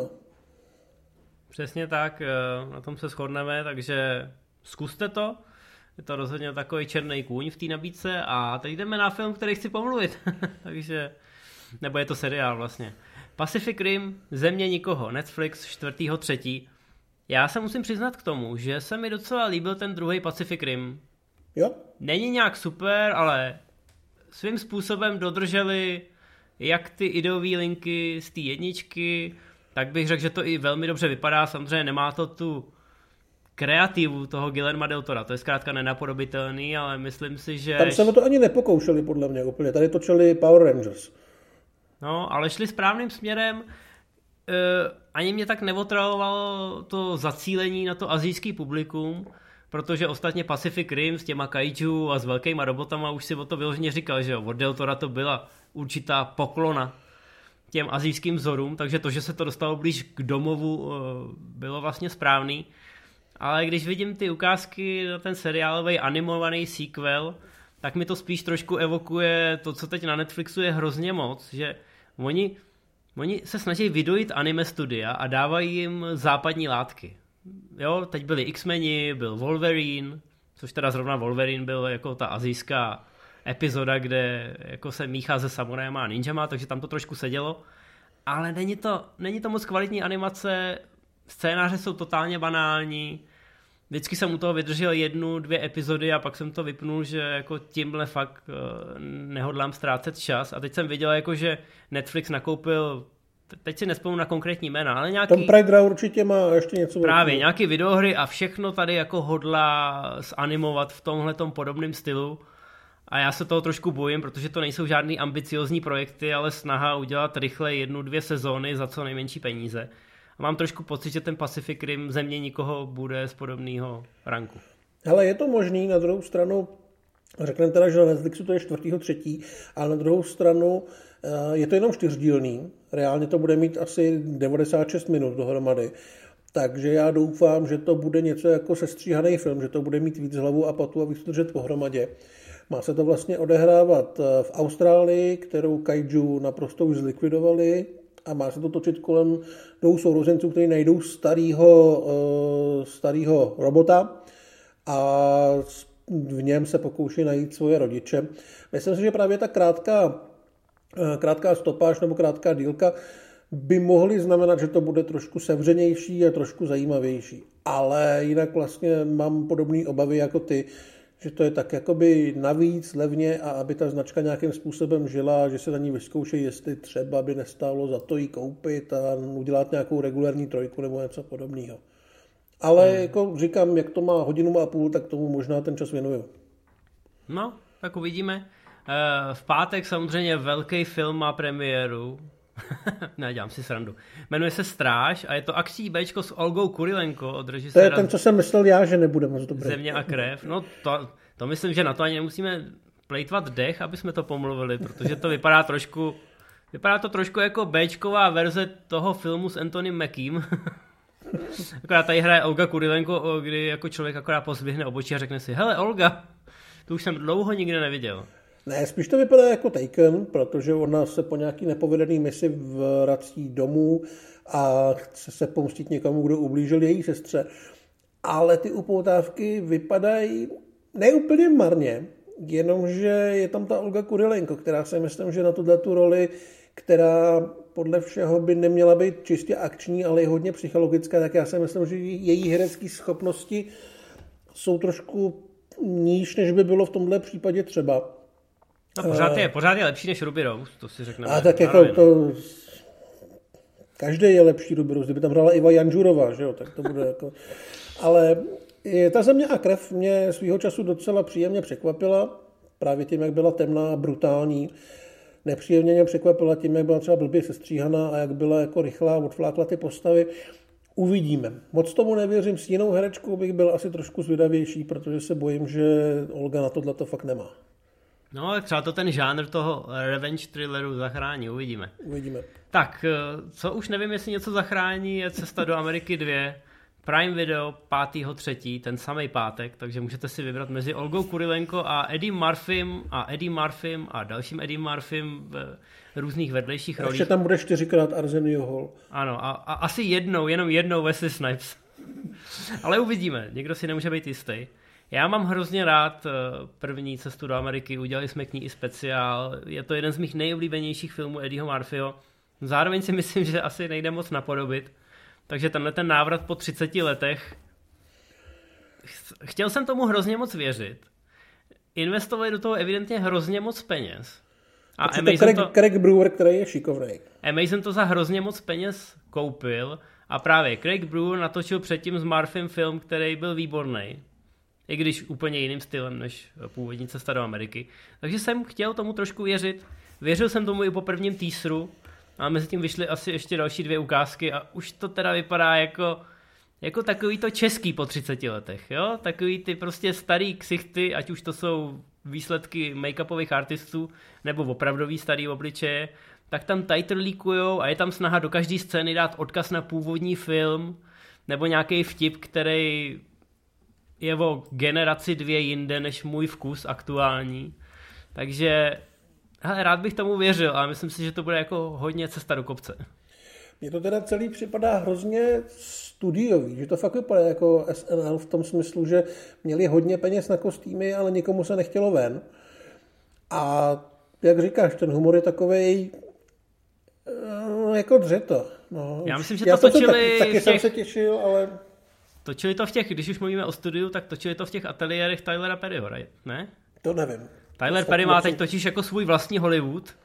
Přesně tak, na tom se shodneme, takže zkuste to. Je to rozhodně takový černý kůň v té nabídce a teď jdeme na film, který chci pomluvit. Takže... Nebo je to seriál vlastně. Pacific Rim, Země nikoho, Netflix 4.3. Já se musím přiznat k tomu, že se mi docela líbil ten druhý Pacific Rim. Jo? Není nějak super, ale svým způsobem dodrželi jak ty ideové linky z té jedničky, tak bych řekl, že to i velmi dobře vypadá. Samozřejmě nemá to tu kreativu toho Guillerma del Tora, to je zkrátka nenapodobitelný, ale myslím si, že... Tam se to ani nepokoušeli podle mě úplně, tady točili Power Rangers. No, ale šli správným směrem. Ani mě tak neotravovalo to zacílení na to asijský publikum, protože ostatně Pacific Rim s těma kaiju a s velkýma robotama už si o to vyloženě říkal, že jo, od Del Tora to byla určitá poklona těm asijským vzorům, takže to, že se to dostalo blíž k domovu, bylo vlastně správný. Ale když vidím ty ukázky na ten seriálový animovaný sequel, tak mi to spíš trošku evokuje to, co teď na Netflixu je hrozně moc, že oni Oni se snaží vydojit anime studia a dávají jim západní látky. Jo, teď byli X-meni, byl Wolverine, což teda zrovna Wolverine byl jako ta asijská epizoda, kde jako se míchá se samurajema a ninjama, takže tam to trošku sedělo. Ale není to moc kvalitní animace, scénáře jsou totálně banální. Vždycky jsem u toho vydržel 1-2 epizody a pak jsem to vypnul, že jako tímhle fakt nehodlám ztrácet čas. A teď jsem viděl, jako, že Netflix nakoupil, teď si nespomínám na konkrétní jména, ale nějaký... Tom Raider určitě má ještě něco. Právě, nějaký videohry a všechno tady jako hodlá zanimovat v tomhletom podobném stylu. A já se toho trošku bojím, protože to nejsou žádný ambiciozní projekty, ale snaha udělat rychle 1-2 sezóny za co nejmenší peníze. A mám trošku pocit, že ten Pacific Rim země nikoho bude z podobného ranku. Hele, je to možný, na druhou stranu, řekneme teda, že na Netflixu to je 4.3., ale na druhou stranu je to jenom 4dílný, reálně to bude mít asi 96 minut dohromady. Takže já doufám, že to bude něco jako sestříhaný film, že to bude mít víc hlavu a patu a víc držet pohromadě. Má se to vlastně odehrávat v Austrálii, kterou kaiju naprosto už zlikvidovali, a má se to točit kolem 2 sourozenců, kteří najdou starýho robota a v něm se pokouší najít svoje rodiče. Myslím si, že právě ta krátká stopáž nebo krátká dílka by mohly znamenat, že to bude trošku sevřenější a trošku zajímavější. Ale jinak vlastně mám podobné obavy jako ty, že to je tak jakoby navíc levně a aby ta značka nějakým způsobem žila, že se na ní vyzkoušejí, jestli třeba by nestálo za to jí koupit a udělat nějakou regulární 3 nebo něco podobného. Ale jako říkám, jak to má 1.5 hodiny, tak tomu možná ten čas věnuju. No, tak uvidíme. V pátek samozřejmě velký film má premiéru. Nedělám si srandu. Jmenuje se Stráž a je to akční béčko s Olgou Kurilenko od režiséra. To je ten, co jsem myslel já, že nebude moc dobrý. Země a krev. No to myslím, že na to ani nemusíme plejtvat dech, aby jsme to pomluvili, protože to vypadá to trošku jako béčková verze toho filmu s Antonym Mackým. Akorát tady hraje Olga Kurilenko, kdy jako člověk akorát pozvihne obočí a řekne si, hele Olga, tu už jsem dlouho nikde neviděl. Ne, spíš to vypadá jako Taken, protože ona se po nějaký nepovedený misi vrací domů a chce se pomstit někomu, kdo ublížil její sestře. Ale ty upoutávky vypadají neúplně marně, jenomže je tam ta Olga Kurilenko, která si myslím, že na tu roli, která podle všeho by neměla být čistě akční, ale je hodně psychologická, tak já si myslím, že její herecké schopnosti jsou trošku níž, než by bylo v tomhle případě třeba. No pořád je lepší než Ruby Rose, to si řekneme. A tak jako to... Každý je lepší Ruby Rose, kdyby tam hrála Iva Janžurová, že jo, tak to bude jako... Ale ta Země a krev mě svýho času docela příjemně překvapila, právě tím, jak byla temná a brutální. Nepříjemně mě překvapila tím, jak byla třeba blbě sestříhaná a jak byla jako rychlá, odflákla ty postavy. Uvidíme. Moc tomu nevěřím, s jinou herečkou bych byl asi trošku zvědavější, protože se bojím, že Olga na tohle to fakt nemá. No, ale třeba to ten žánr toho revenge thrilleru zachrání, uvidíme. Tak, co už nevím, jestli něco zachrání, je Cesta do Ameriky 2, Prime Video 5.3., ten samý pátek, takže můžete si vybrat mezi Olgou Kurilenko a Eddie Murphym a dalším Eddie Murphym v různých vedlejších rolích. Ještě tam bude 4x Arsenio Hall. Ano, a asi jenom jednou Wesley Snipes. Ale uvidíme, někdo si nemůže být jistý. Já mám hrozně rád první Cestu do Ameriky, udělali jsme k ní i speciál, je to jeden z mých nejoblíbenějších filmů Eddieho Murphyho, zároveň si myslím, že asi nejde moc napodobit, takže tenhle ten návrat po 30 letech, chtěl jsem tomu hrozně moc věřit, investovali do toho evidentně hrozně moc peněz. A Craig Brewer, který je šikovnej. Amazon to za hrozně moc peněz koupil a právě Craig Brewer natočil předtím s Murphym film, který byl výborný. I když úplně jiným stylem než původní Cesta do Ameriky. Takže jsem chtěl tomu trošku věřit. Věřil jsem tomu i po prvním teaseru. A mezi tím vyšly asi ještě další 2 ukázky a už to teda vypadá jako takový to český po 30 letech. Jo? Takový ty prostě starý ksichty, ať už to jsou výsledky make-upových artistů nebo opravdový starý obličeje, tak tam title leakujou a je tam snaha do každé scény dát odkaz na původní film nebo nějaký vtip, který je o generaci 2 jinde než můj vkus aktuální. Takže Ale rád bych tomu věřil, ale myslím si, že to bude jako hodně cesta do kopce. Mně to teda celý připadá hrozně studiový, že to fakt vypadá jako SNL v tom smyslu, že měli hodně peněz na kostýmy, ale nikomu se nechtělo ven. A jak říkáš, ten humor je takovej jako dřeto. No, já myslím, že to točili taky jsem se těšil, ale... Točili to v těch, když už mluvíme o studiu, tak točili to v těch ateliérech Tylera Perryho, ne? To nevím. Tyler Perry má teď totiž jako svůj vlastní Hollywood.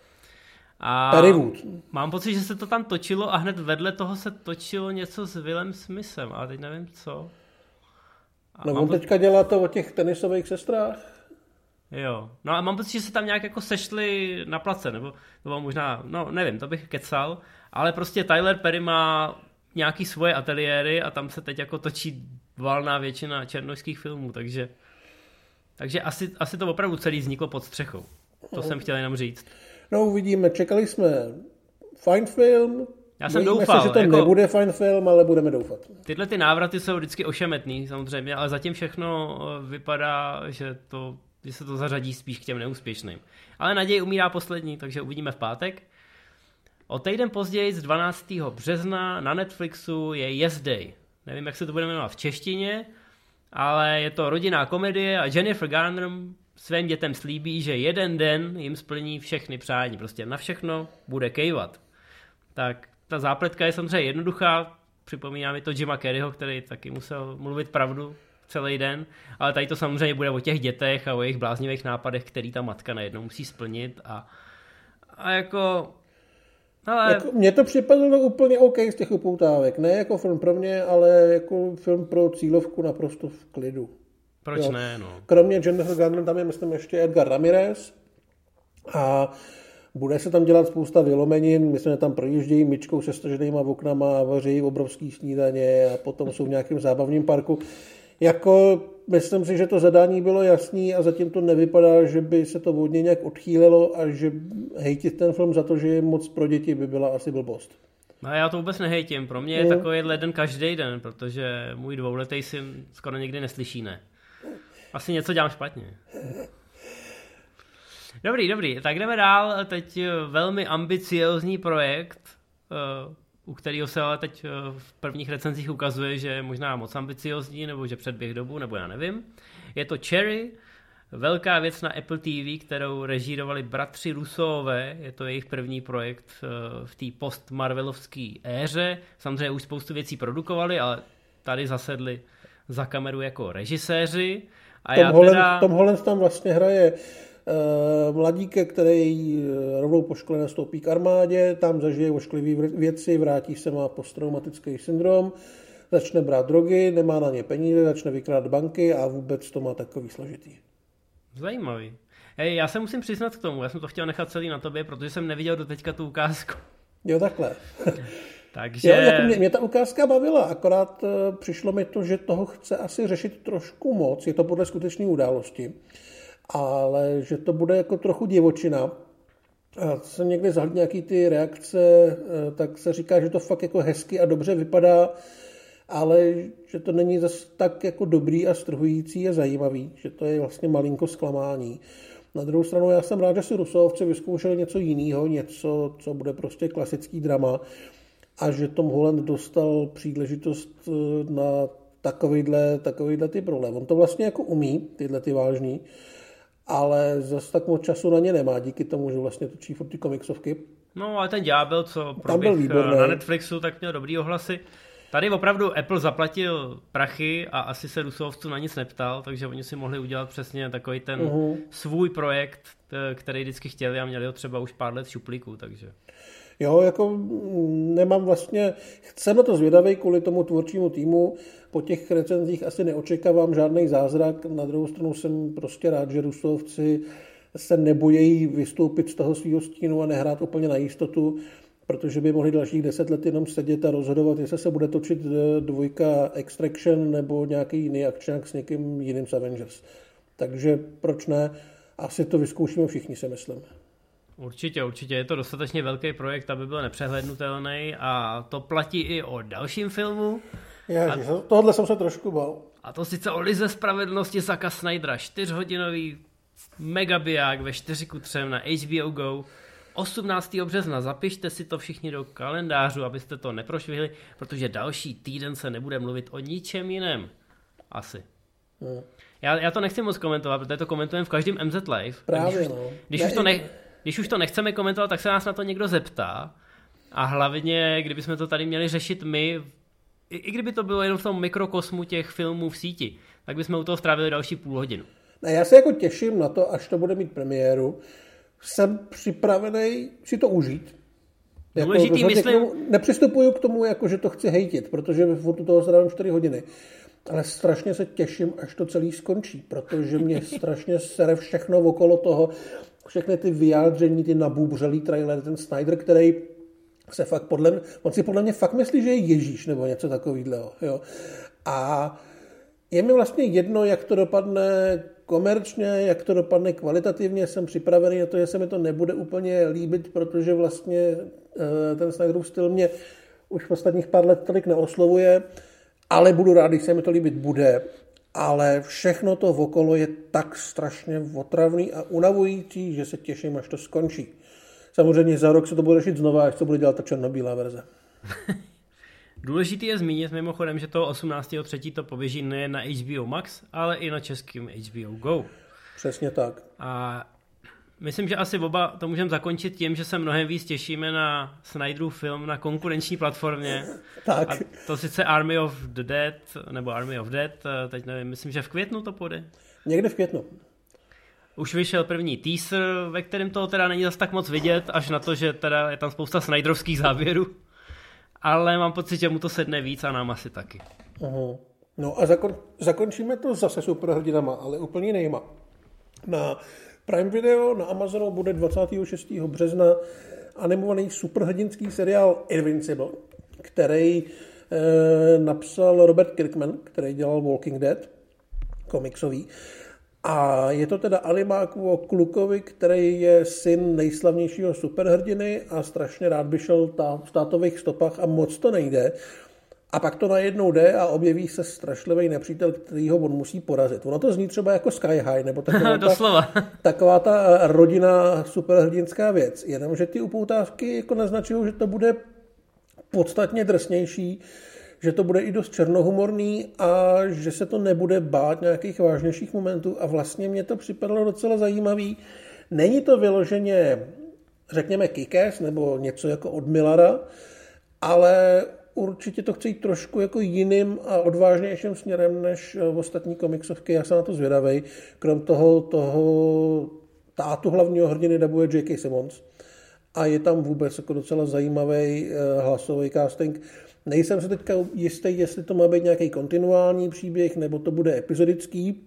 A Perrywood. Mám pocit, že se to tam točilo a hned vedle toho se točilo něco s Willem Smithem, ale teď nevím co. No on teďka dělá to o těch tenisových sestrách. Jo, no a mám pocit, že se tam nějak jako sešli na place, nebo možná, no nevím, to bych kecal, ale prostě Tyler Perry má nějaký svoje ateliéry a tam se teď jako točí valná většina černošských filmů, takže asi to opravdu celý vzniklo pod střechou. To jsem chtěl jenom říct. No uvidíme, čekali jsme fajn film. Já jsem doufal. Se, že to jako nebude fajn film, ale budeme doufat. Tyhle ty návraty jsou vždycky ošemetný samozřejmě, ale zatím všechno vypadá, že se to zařadí spíš k těm neúspěšným. Ale naděje umírá poslední, takže uvidíme v pátek. O týden později z 12. března na Netflixu je Yes Day. Nevím, jak se to bude jmenovat v češtině, ale je to rodinná komedie a Jennifer Garner svým dětem slíbí, že jeden den jim splní všechny přání. Prostě na všechno bude kejvat. Tak ta zápletka je samozřejmě jednoduchá. Připomíná mi to Jima Carreyho, který taky musel mluvit pravdu celý den, ale tady to samozřejmě bude o těch dětech a o jejich bláznivých nápadech, který ta matka najednou musí splnit a jako... Ale... Jako, mně to připadlo úplně OK z těch upoutávek. Ne jako film pro mě, ale jako film pro cílovku naprosto v klidu. Proč jo. Ne, no. Kromě Jennifer Garner tam je, myslím, ještě Edgar Ramirez a bude se tam dělat spousta vylomenin, myslím, že tam projíždějí myčkou se staženýma oknama a vaří obrovský snídaně a potom jsou v nějakém zábavním parku. Jako, myslím si, že to zadání bylo jasný a zatím to nevypadá, že by se to od něj nějak odchýlilo a že hejtit ten film za to, že je moc pro děti, by byla asi blbost. No já to vůbec nehejtím. Pro mě je takový den každý den, protože můj dvouletý syn skoro nikdy neslyší ne. Asi něco dělám špatně. Dobrý. Tak jdeme dál. Teď velmi ambiciózní projekt, u kterého se ale teď v prvních recenzích ukazuje, že je možná moc ambiciózní, nebo že předběh dobu, nebo já nevím. Je to Cherry, velká věc na Apple TV, kterou režírovali bratři Russoové. Je to jejich první projekt v té post-marvelovské éře. Samozřejmě už spoustu věcí produkovali, ale tady zasedli za kameru jako režiséři. A Tom Holland tam vlastně hraje mladíka, který rovnou po škole nastoupí k armádě, tam zažije ošklivý věci, vrátí se, má posttraumatický syndrom, začne brát drogy, nemá na ně peníze, začne vykrádat banky a vůbec to má takový složitý. Zajímavý. Hej, já se musím přiznat k tomu, já jsem to chtěl nechat celý na tobě, protože jsem neviděl do teďka tu ukázku. Jo, takhle. Takže... Jo, jako mě ta ukázka bavila, akorát přišlo mi to, že toho chce asi řešit trošku moc, je to podle skutečné události, ale že to bude jako trochu divočina. A jsem někdy zahled nějaký ty reakce, tak se říká, že to fakt jako hezky a dobře vypadá, ale že to není zase tak jako dobrý a strhující a zajímavý, že to je vlastně malinko zklamání. Na druhou stranu já jsem rád, že si Rusovci vyzkoušeli něco jiného, něco, co bude prostě klasický drama a že Tom Holland dostal příležitost na takovýhle typ role. On to vlastně jako umí, tyhle ty vážný, ale zase tak moc času na ně nemá, díky tomu, že vlastně točí furt ty komiksovky. No ale ten Ďábel, co proběh na Netflixu, tak měl dobrý ohlasy. Tady opravdu Apple zaplatil prachy a asi se Rusovců na nic neptal, takže oni si mohli udělat přesně takový ten svůj projekt, který vždycky chtěli a měli ho třeba už pár let v šuplíku, takže... Jo, jako nemám vlastně, jsem na to zvědavej kvůli tomu tvůrčímu týmu, po těch recenzích asi neočekávám žádný zázrak, na druhou stranu jsem prostě rád, že Rusovci se nebojí vystoupit z toho svýho stínu a nehrát úplně na jistotu, protože by mohli dalších 10 let jenom sedět a rozhodovat, jestli se bude točit dvojka Extraction nebo nějaký jiný akčňák s někým jiným z Avengers. Takže proč ne? Asi to vyzkoušíme všichni, si myslím. Určitě, je to dostatečně velký projekt, aby byl nepřehlednutelný a to platí i o dalším filmu. Tohle jsem se trošku bál. A to sice o Lize spravedlnosti Zacka Snydera, 4hodinový megabiják ve 4:3 na HBO Go 18. března. Zapište si to všichni do kalendářů, abyste to neprošvihli, protože další týden se nebude mluvit o ničem jiném. Asi. Já to nechci moc komentovat, protože to komentujeme v každém MZ Live. Právě, Když už to nechceme komentovat, tak se nás na to někdo zeptá. A hlavně, kdybychom to tady měli řešit my, i kdyby to bylo jenom v tom mikrokosmu těch filmů v síti, tak bychom u toho strávili další půl hodinu. Ne, já se jako těším na to, až to bude mít premiéru. Jsem připravený si to užít. Důležitý, myslím... Nepřistupuju k tomu, jako, že to chci hejtit, protože furt u toho strávím 4 hodiny. Ale strašně se těším, až to celý skončí, protože mě strašně sere všechno okolo toho, všechny ty vyjádření, ty nabůbřelý trailer, ten Snyder, který se fakt on si podle mě fakt myslí, že je Ježíš nebo něco takového. Jo. A je mi vlastně jedno, jak to dopadne komerčně, jak to dopadne kvalitativně, jsem připravený na to, že se mi to nebude úplně líbit, protože vlastně ten Snyderův styl mě už v ostatních pár let tolik neoslovuje, ale budu rád, když se mi to líbit bude. Ale všechno to okolo je tak strašně otravný a unavující, že se těším, až to skončí. Samozřejmě za rok se to bude řešit znova, až se bude dělat ta černobílá verze. Důležitý je zmínit mimochodem, že toho 18.3. to poběží nejen na HBO Max, ale i na českém HBO Go. Přesně tak. A myslím, že asi oba to můžeme zakončit tím, že se mnohem víc těšíme na Snyderův film na konkurenční platformě. Tak. A to sice Army of the Dead, nebo Army of Dead, teď nevím, myslím, že v květnu to půjde. Někde v květnu. Už vyšel první teaser, ve kterém toho teda není zas tak moc vidět, až na to, že teda je tam spousta Snyderovských záběrů. Ale mám pocit, že mu to sedne víc a nám asi taky. Uhum. No a zakončíme to zase superhrdinama, ale úplně jinýma. Na Prime Video na Amazonu bude 26. března animovaný superhrdinský seriál Invincible, který napsal Robert Kirkman, který dělal Walking Dead, komiksový. A je to teda animák o klukovi, který je syn nejslavnějšího superhrdiny a strašně rád by šel v tátových stopách a moc to nejde. A pak to najednou jde a objeví se strašlivý nepřítel, kterýho on musí porazit. Ono to zní třeba jako Sky High, nebo taková ta rodinná superhrdinská věc. Jenomže ty upoutávky jako naznačují, že to bude podstatně drsnější, že to bude i dost černohumorný a že se to nebude bát nějakých vážnějších momentů a vlastně mě to připadalo docela zajímavý. Není to vyloženě, řekněme, Kick-Ass nebo něco jako od Millara, ale určitě to chce jít trošku jako jiným a odvážnějším směrem než ostatní komiksovky. Já jsem na to zvědavej. Krom toho tátu hlavního hrdiny dabuje J.K. Simmons a je tam vůbec jako docela zajímavý hlasový casting. Nejsem se teďka jistý, jestli to má být nějaký kontinuální příběh, nebo to bude epizodický.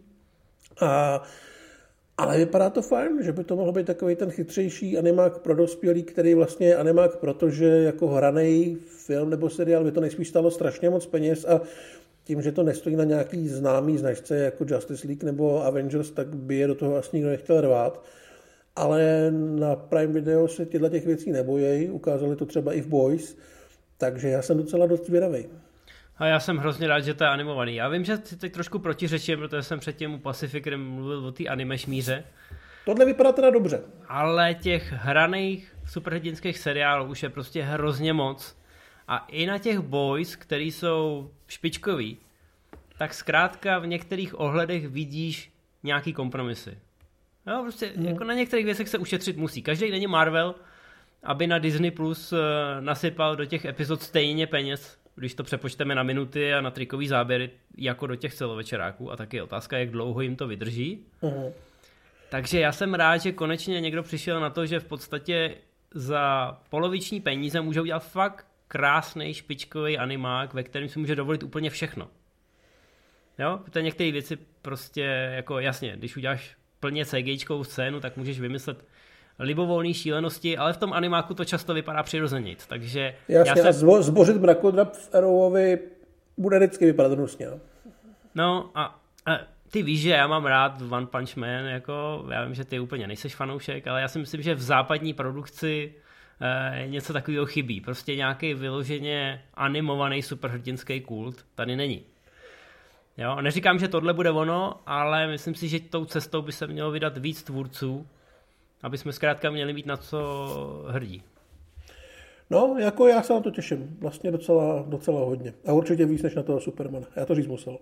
Ale vypadá to fajn, že by to mohl být takový ten chytřejší animák pro dospělý, který vlastně je animák, protože jako hranej film nebo seriál by to nejspíš stalo strašně moc peněz a tím, že to nestojí na nějaký známý značce jako Justice League nebo Avengers, tak by je do toho asi nikdo nechtěl rvát. Ale na Prime Video se těchto těch věcí nebojí, ukázali to třeba i v Boys, takže já jsem docela dost zvědavej. A já jsem hrozně rád, že to je animovaný. Já vím, že si teď trošku protiřečím, protože jsem předtím u Pacific Rim mluvil o té anime šmíře. Tohle vypadá teda dobře. Ale těch hraných superhrdinských seriálů už je prostě hrozně moc. A i na těch Boys, který jsou špičkoví, tak zkrátka v některých ohledech vidíš nějaký kompromisy. Jo, prostě jako na některých věcech se ušetřit musí. Každý není Marvel, aby na Disney Plus nasypal do těch epizod stejně peněz, když to přepočteme na minuty a na trikový záběry, jako do těch celovečeráků. A taky je otázka, jak dlouho jim to vydrží. Takže já jsem rád, že konečně někdo přišel na to, že v podstatě za poloviční peníze může udělat fakt krásný špičkový animák, ve kterém si může dovolit úplně všechno. Jo, protože některé věci prostě, jako jasně, když uděláš plně CGčkovou scénu, tak můžeš vymyslet libovolný šílenosti, ale v tom animáku to často vypadá přirozenějc, takže... Jasně, a zbořit mrakodrap v Arrowovi bude vždycky vypadat hnusně. No a ty víš, že já mám rád One Punch Man, jako, já vím, že ty úplně nejseš fanoušek, ale já si myslím, že v západní produkci něco takového chybí. Prostě nějaký vyloženě animovaný superhrdinský kult tady není. Jo, neříkám, že tohle bude ono, ale myslím si, že tou cestou by se mělo vydat víc tvůrců, aby jsme zkrátka měli být na co hrdí. No, jako já se na to těším. Vlastně docela hodně. A určitě víc než na toho Supermana. Já to říct musel.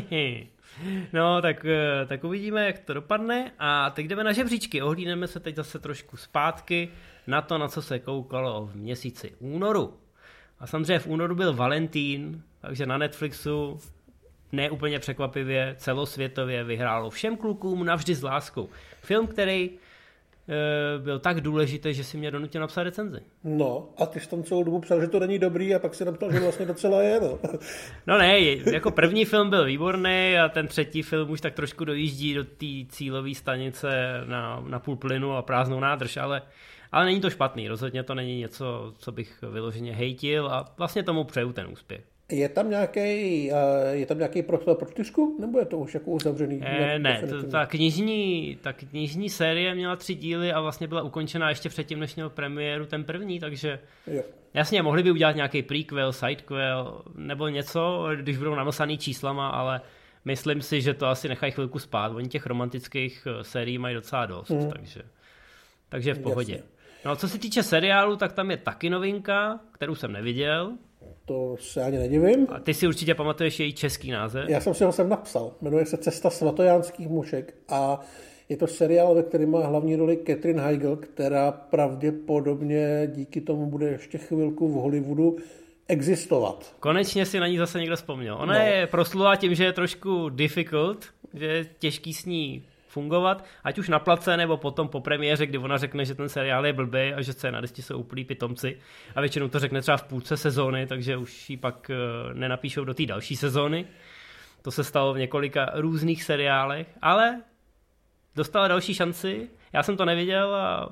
No, tak uvidíme, jak to dopadne. A teď jdeme na žebříčky. Ohlídneme se teď zase trošku zpátky na to, na co se koukalo v měsíci únoru. A samozřejmě v únoru byl Valentín, takže na Netflixu neúplně překvapivě celosvětově vyhrálo Všem klukům navždy s láskou. Film, který byl tak důležitý, že si mě donutil napsat recenzi. No, a ty jsi tam celou dobu psal, že to není dobrý a pak si napsal, že vlastně docela je, no. No ne, jako první film byl výborný a ten třetí film už tak trošku dojíždí do té cílové stanice na půl plynu a prázdnou nádrž, ale není to špatný, rozhodně to není něco, co bych vyloženě hejtil a vlastně tomu přeju ten úspěch. Je tam nějaký prostor pro čtyřku, nebo je to už jako uzavřený? Ne, ta knižní série měla 3 díly a vlastně byla ukončena ještě předtím, než měl premiéru ten první, takže jo. Jasně, mohli by udělat nějaký prequel, sidequel nebo něco, když budou namlsaný číslama, ale myslím si, že to asi nechají chvilku spát. Oni těch romantických sérií mají docela dost, takže v pohodě. Jasně. No a co se týče seriálu, tak tam je taky novinka, kterou jsem neviděl. To se ani nedivím. A ty si určitě pamatuješ její český název. Já jsem si ho sem napsal. Jmenuje se Cesta svatojánských mušek a je to seriál, ve kterém má hlavní roli Katherine Heigl, která pravděpodobně díky tomu bude ještě chvilku v Hollywoodu existovat. Konečně si na ní zase někdo vzpomněl. Ona je proslulá tím, že je trošku difficult, že je těžký s ní fungovat, ať už na place nebo potom po premiéře, kdy ona řekne, že ten seriál je blbý a že scénaristi jsou úplný pitomci a většinou to řekne třeba v půlce sezóny, takže už ji pak nenapíšou do té další sezóny. To se stalo v několika různých seriálech, ale dostala další šanci. Já jsem to neviděl a...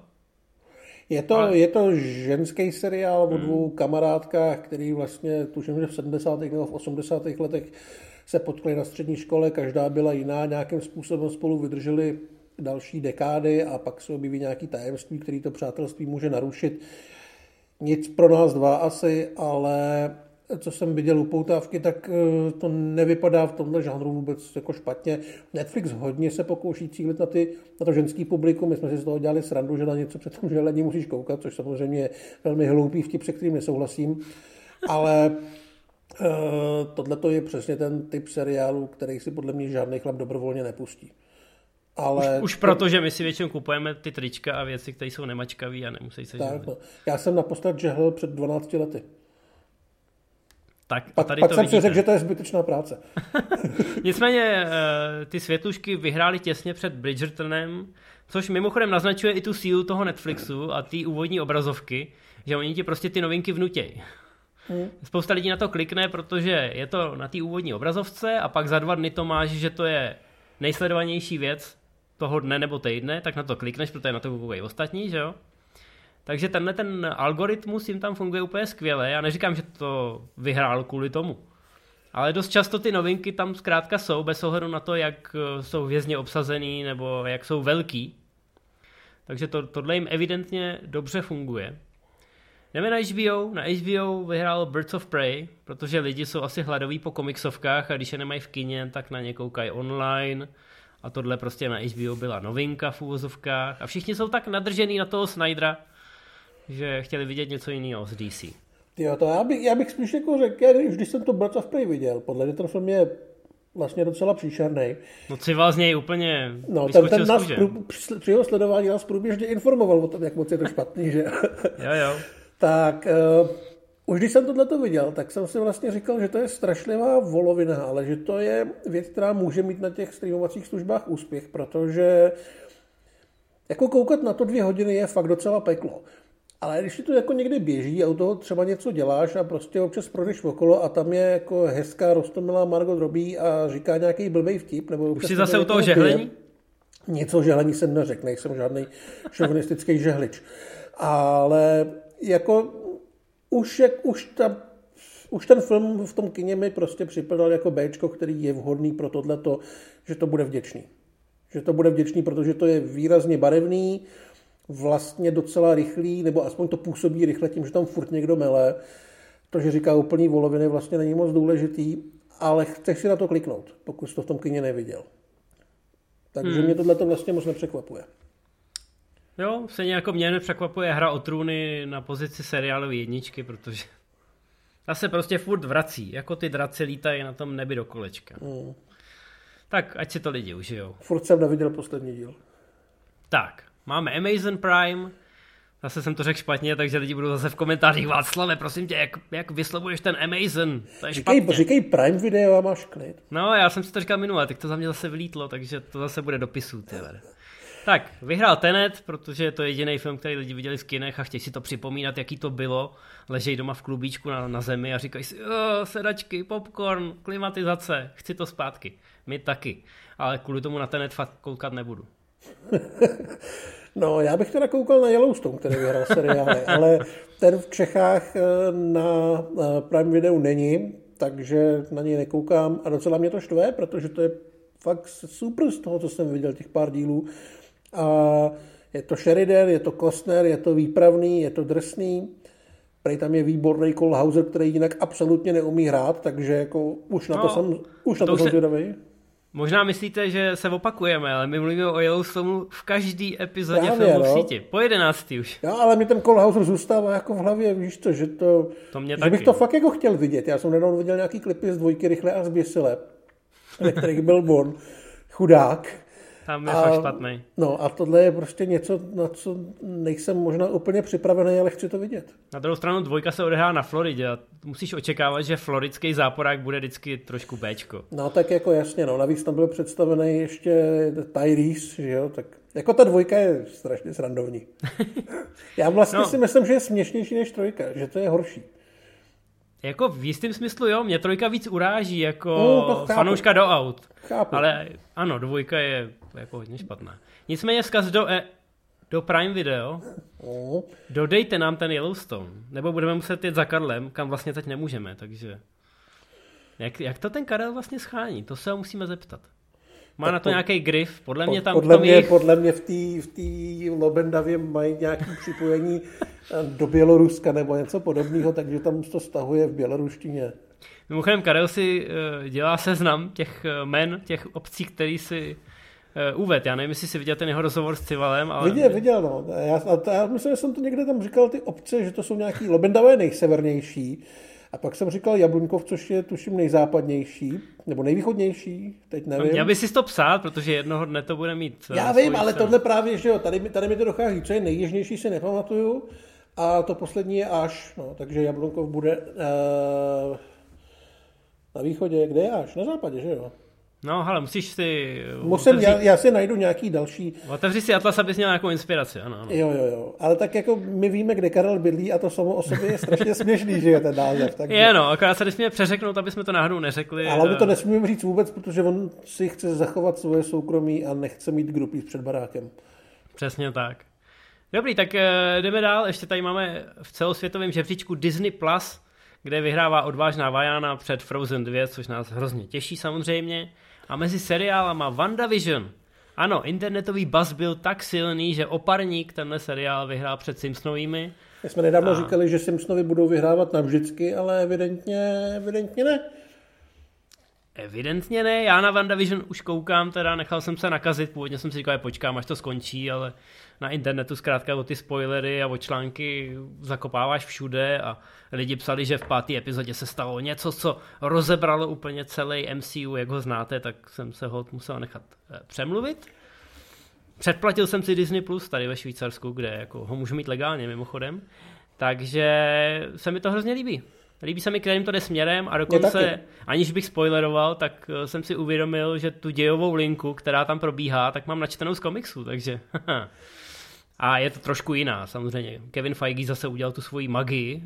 Je to ženský seriál o dvou kamarádkách, který vlastně, tuším, že v 70. nebo v 80. letech se potkali na střední škole, každá byla jiná, nějakým způsobem spolu vydrželi další dekády a pak se objeví nějaký tajemství, který to přátelství může narušit. Nic pro nás dva asi, ale co jsem viděl upoutávky, tak to nevypadá v tomhle žánru vůbec jako špatně. Netflix hodně se pokouší cílit na to ženský publikum. My jsme si z toho dělali srandu, že na něco před tom želení musíš koukat, což samozřejmě je velmi hloupý vtip, se kterým nesouhlasím. Ale tohle je přesně ten typ seriálu, který si podle mě žádný chlap dobrovolně nepustí. Ale už proto, že my si většinou kupujeme ty trička a věci, které jsou nemačkavý a nemusí se žít. No. Já jsem naposled žehlil před 12 lety. Tak, pak jsem si řekl, že to je zbytečná práce. Nicméně ty světlušky vyhrály těsně před Bridgertonem, což mimochodem naznačuje i tu sílu toho Netflixu a ty úvodní obrazovky, že oni ti prostě ty novinky vnutějí. Spousta lidí na to klikne, protože je to na té úvodní obrazovce a pak za 2 dny to máš, že to je nejsledovanější věc toho dne nebo týdne, tak na to klikneš, protože na to koukají ostatní, že jo? Takže ten algoritmus jim tam funguje úplně skvěle. Já neříkám, že to vyhrál kvůli tomu. Ale dost často ty novinky tam zkrátka jsou, bez ohledu na to, jak jsou vězně obsazený nebo jak jsou velký. Takže tohle jim evidentně dobře funguje. Jdeme na HBO. Na HBO vyhrál Birds of Prey, protože lidi jsou asi hladoví po komiksovkách a když je nemají v kině, tak na ně koukají online. A tohle prostě na HBO byla novinka v úvozovkách. A všichni jsou tak nadržený na toho Snydera, že chtěli vidět něco jiného z DC. Jo, to já bych spíš jako řekl, když jsem to Birds of Prey viděl, podle mě ten film je vlastně docela příšerný. No Cival z něj úplně ten nás při jeho sledování nás průběžně informoval o tom, jak moc je to špatný, že? Jo. Tak už když jsem tohleto viděl, tak jsem si vlastně říkal, že to je strašlivá volovina, ale že to je věc, která může mít na těch streamovacích službách úspěch, protože jako koukat na to 2 hodiny je fakt docela peklo. Ale když ti to jako někdy běží a u toho třeba něco děláš a prostě občas projdeš okolo a tam je jako hezká roztomilá Margot Robbie a říká nějaký blbej vtip. Nebo už jsi zase u toho žehlení? Něco žehlení jsem neřekl, nejsem žádný šovinistický žehlič. Ale jako už ten film v tom kině mi prostě připadal jako béčko, který je vhodný pro tohleto, že to bude vděčný. Že to bude vděčný, protože to je výrazně barevný, vlastně docela rychlý, nebo aspoň to působí rychle tím, že tam furt někdo mele. To, že říká úplný voloviny, vlastně není moc důležitý. ale chceš si na to kliknout, pokud jsi to v tom kině neviděl. Takže mě tohle vlastně moc nepřekvapuje. Jo, stejně jako mě nepřekvapuje Hra o trůny na pozici seriálové jedničky, protože ta se prostě furt vrací, jako ty draci lítají na tom nebi do kolečka. Tak, ať si to lidi užijou. Furt jsem neviděl poslední díl. Tak, máme Amazon Prime, zase jsem to řekl špatně, takže lidi budou zase v komentářích: Václave, prosím tě, jak vyslovuješ ten Amazon? To je špatně. Říkej Prime Video a máš klid. No, já jsem si to říkal minule, tak to za mě zase vylítlo, takže to zase bude dopisů, tyhle. Tak, vyhrál Tenet, protože je to jediný film, který lidi viděli v kinech a chtějí si to připomínat, jaký to bylo. Ležejí doma v klubíčku na zemi a říkají si: sedačky, popcorn, klimatizace, chci to zpátky. My taky, ale kvůli tomu na Tenet fakt koukat nebudu. No, já bych teda koukal na Yellowstone, který vyhrál seriály, ale ten v Čechách na Prime Video není, takže na něj nekoukám a docela mě to štve, protože to je fakt super z toho, co jsem viděl, těch pár dílů. A je to Sheridan, je to Costner, je to výpravný, je to drsný. Prej tam je výborný Cole Hauser, který jinak absolutně neumí hrát, takže jako už na to jsem zvědavý. Možná myslíte, že se opakujeme, ale my mluvíme o Yellowstoneu v každý epizodě filmu v síti. Po 11. už. Jo, ale mi ten Cole Hauser zůstává jako v hlavě, víš to, že bych to fakt jako chtěl vidět. Já jsem nedávno viděl nějaký klipy z 2 Rychle a zběsile, ve kterých byl on, chudák. Tam je fakt špatný. No a tohle je prostě něco, na co nejsem možná úplně připravený, ale chci to vidět. Na druhou stranu 2 se odehrává na Floridě a musíš očekávat, že floridský záporák bude vždycky trošku béčko. No tak jako jasně, no. Navíc tam byl představený ještě Tyrese, že jo, tak jako ta 2 je strašně srandovní. Já vlastně si myslím, že je směšnější než 3, že to je horší. Jako v jistém smyslu jo, mě 3 víc uráží jako fanouška do aut. Chápu. Ale ano, 2 je jako hodně špatná. Nicméně vzkaz do Prime Video. Dodejte nám ten Yellowstone. Nebo budeme muset jít za Karlem, kam vlastně teď nemůžeme, takže jak to ten Karel vlastně schání? To se ho musíme zeptat. Má na to nějaký grif? Podle mě tam podle mě v té Lobendavě mají nějaké připojení do Běloruska nebo něco podobného, takže tam to stahuje v běloruštině. Mimochodem Karel si dělá seznam těch jmen, těch obcí, který si uved. Já nevím, jestli si viděl ten jeho rozhovor s Civalem, ale... Viděl, no. Já myslím, že jsem to někde tam říkal, ty obce, že to jsou nějaký Lobendava je nejsevernější. A pak jsem říkal Jablunkov, což je tuším nejzápadnější, nebo nejvýchodnější, teď nevím. Měl bys si to psát, protože jednoho dne to bude mít... Já vím, ale tohle právě, že jo, tady mi to dochází, co je nejjižnější, si nepamatuju, a to poslední je Až, no, takže Jablunkov bude na východě, kde je Až? Na západě, že jo? No, hele, musíš si... Já si najdu nějaký další... Otevři si Atlas, abys měl nějakou inspiraci, ano. Jo. Ale tak jako my víme, kde Karel bydlí a to samo o sobě je strašně směšný, že je ten název. Takže... Je no, akorát se nesmíme přeřeknout, aby jsme to náhodou neřekli. Ale my to nesmíme říct vůbec, protože on si chce zachovat svoje soukromí a nechce mít grupí před barákem. Přesně tak. Dobrý, tak jdeme dál. Ještě tady máme v celosvětovém žebříčku Disney+, kde vyhrává odvážná Vajana před Frozen 2, což nás hrozně těší samozřejmě. A mezi seriálama WandaVision. Ano, internetový buzz byl tak silný, že oparník tenhle seriál vyhrál před Simpsonovými. My jsme nedávno říkali, že Simpsonovi budou vyhrávat navždycky, ale evidentně ne. Evidentně ne, já na WandaVision už koukám, teda nechal jsem se nakazit, původně jsem si říkal, že počkám, až to skončí, ale na internetu zkrátka o ty spoilery a o články zakopáváš všude a lidi psali, že v 5. epizodě se stalo něco, co rozebralo úplně celý MCU, jak ho znáte, tak jsem se ho musel nechat přemluvit. Předplatil jsem si Disney Plus tady ve Švýcarsku, kde jako ho můžu mít legálně mimochodem, takže se mi to hrozně líbí. Líbí se mi, kterým to jde směrem a dokonce, aniž bych spoileroval, tak jsem si uvědomil, že tu dějovou linku, která tam probíhá, tak mám načtenou z komiksu, takže... A je to trošku jiná, samozřejmě. Kevin Feige zase udělal tu svoji magii.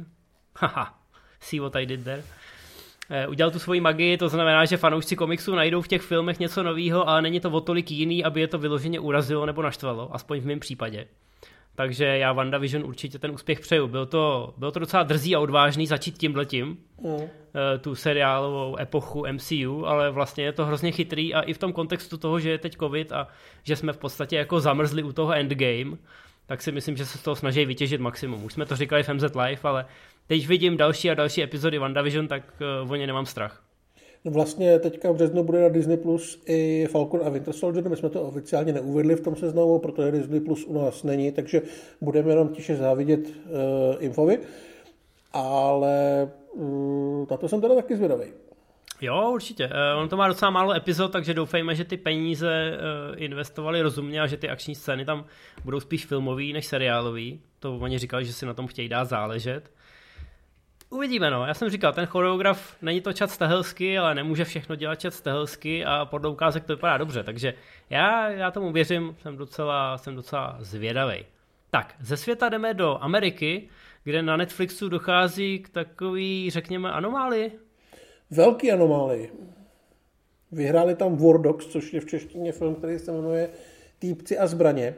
See what I did there. Udělal tu svoji magii, to znamená, že fanoušci komiksu najdou v těch filmech něco nového, ale není to o tolik jiný, aby je to vyloženě urazilo nebo naštvalo, aspoň v mém případě. Takže já WandaVision určitě ten úspěch přeju. Bylo to docela drzý a odvážný začít tímhletím, tu seriálovou epochu MCU, ale vlastně je to hrozně chytrý a i v tom kontextu toho, že je teď covid a že jsme v podstatě jako zamrzli u toho Endgame, tak si myslím, že se z toho snaží vytěžit maximum. Už jsme to říkali v MZ Live, ale teď vidím další a další epizody WandaVision, tak o ně nemám strach. Vlastně teďka v březnu bude na Disney Plus i Falcon a Winter Soldier. My jsme to oficiálně neuvedli v tom seznamu, protože Disney Plus u nás není, takže budeme jenom tiše závidět infovi. Ale na to jsem teda taky zvědavý. Jo, určitě. On to má docela málo epizod, takže doufejme, že ty peníze investovali rozumně a že ty akční scény tam budou spíš filmový než seriálový. To oni říkali, že si na tom chtějí dát záležet. Uvidíme, no. Já jsem říkal, ten choreograf není to Chad Stahelski, ale nemůže všechno dělat Chad Stahelski a podle ukázek to vypadá dobře, takže já tomu věřím, jsem docela zvědavej. Tak, ze světa jdeme do Ameriky, kde na Netflixu dochází k takový, řekněme, anomálii. Velký anomálii. Vyhráli tam War Dogs, což je v češtině film, který se jmenuje Týpci a zbraně.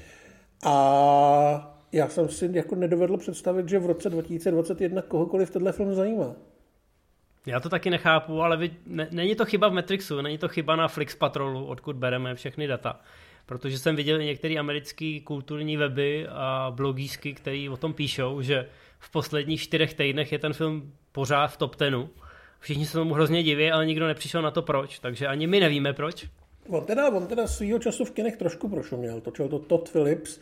A já jsem si jako nedovedl představit, že v roce 2021 kohokoliv tenhle film zajímá. Já to taky nechápu, ale není to chyba v Matrixu, není to chyba na Flix Patrolu, odkud bereme všechny data. Protože jsem viděl některé americké kulturní weby a blogísky, který o tom píšou, že v posledních 4 týdnech je ten film pořád v top 10. Všichni se tomu hrozně diví, ale nikdo nepřišel na to proč, takže ani my nevíme proč. On teda svýho času v kinech trošku prošuměl. Točil to Todd Phillips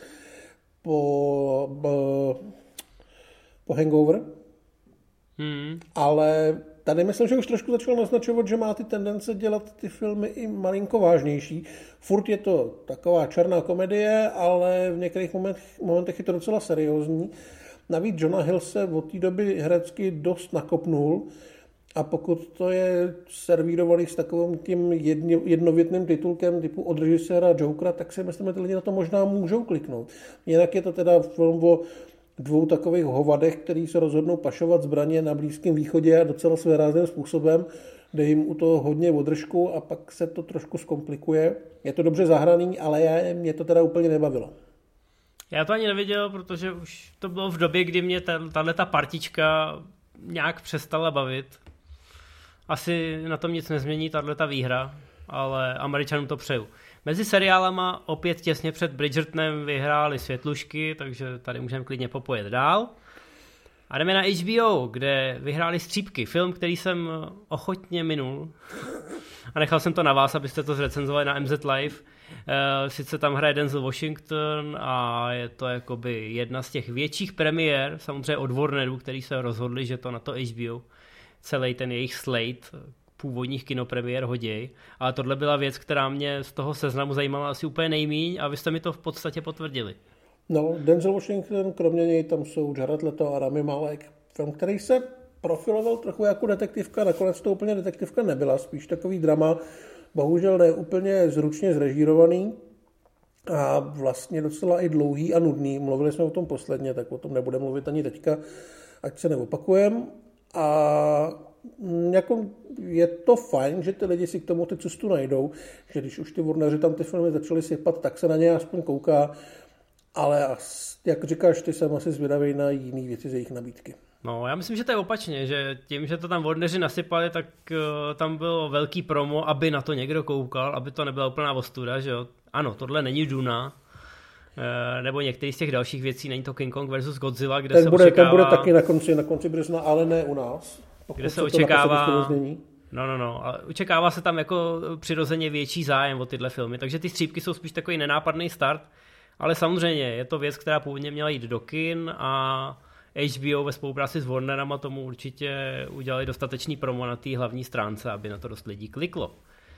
po Hangover. Ale tady myslím, že už trošku začal naznačovat, že má ty tendence dělat ty filmy i malinko vážnější. Furt je to taková černá komedie, ale v některých momentech je to docela seriózní. Navíc Jonah Hill se od té doby herecky dost nakopnul a pokud to je servírovaný s takovým tím jednovětným titulkem typu od režiséra Jokera, tak si myslím, že ty lidi na to možná můžou kliknout. Jinak je to teda film o 2 takových hovadech, který se rozhodnou pašovat zbraně na Blízkém východě a docela svérázným způsobem. Jde jim u toho hodně održku a pak se to trošku zkomplikuje. Je to dobře zahraný, ale mě to teda úplně nebavilo. Já to ani neviděl, protože už to bylo v době, kdy mě tato partička nějak přestala bavit. Asi na tom nic nezmění tato výhra, ale Američanům to přeju. Mezi seriálama opět těsně před Bridgertonem vyhráli Světlušky, takže tady můžeme klidně popojet dál. A jdeme na HBO, kde vyhráli Střípky, film, který jsem ochotně minul. A nechal jsem to na vás, abyste to zrecenzovali na MZ Live. Sice tam hraje Denzel Washington a je to jakoby jedna z těch větších premiér, samozřejmě od Warneru, který se rozhodli, že to na to HBO celý ten jejich slate původních kinopremiér hoděj, ale tohle byla věc, která mě z toho seznamu zajímala asi úplně nejmíň a vy jste mi to v podstatě potvrdili. No, Denzel Washington, kromě něj tam jsou Jared Leto a Rami Malek. Film, který se profiloval trochu jako detektivka, nakonec to úplně detektivka nebyla, spíš takový drama, bohužel ne úplně zručně zrežírovaný a vlastně docela i dlouhý a nudný. Mluvili jsme o tom posledně, tak o tom nebudeme mluvit ani teďka, ať se neopakujeme. A jako je to fajn, že ty lidi si k tomu ty cestu najdou, že když už ty Warneri tam ty filmy začaly sypat, tak se na ně aspoň kouká, ale jak říkáš, ty jsem asi zvědavý na jiný věci z jejich nabídky. No, já myslím, že to je opačně, že tím, že to tam Warneri nasypali, tak tam bylo velký promo, aby na to někdo koukal, aby to nebyla úplná ostuda, že jo. Ano, tohle není Duna, nebo některý z těch dalších věcí, není to King Kong versus Godzilla, kde se očekává... Ten bude taky na konci března, ale ne u nás. Kde se očekává... No. A očekává se tam jako přirozeně větší zájem o tyhle filmy, takže ty Střípky jsou spíš takový nenápadný start, ale samozřejmě je to věc, která původně měla jít do kin a HBO ve spolupráci s Warnerama tomu určitě udělali dostatečný promo na té hlavní stránce, aby na to dost lidí kliklo.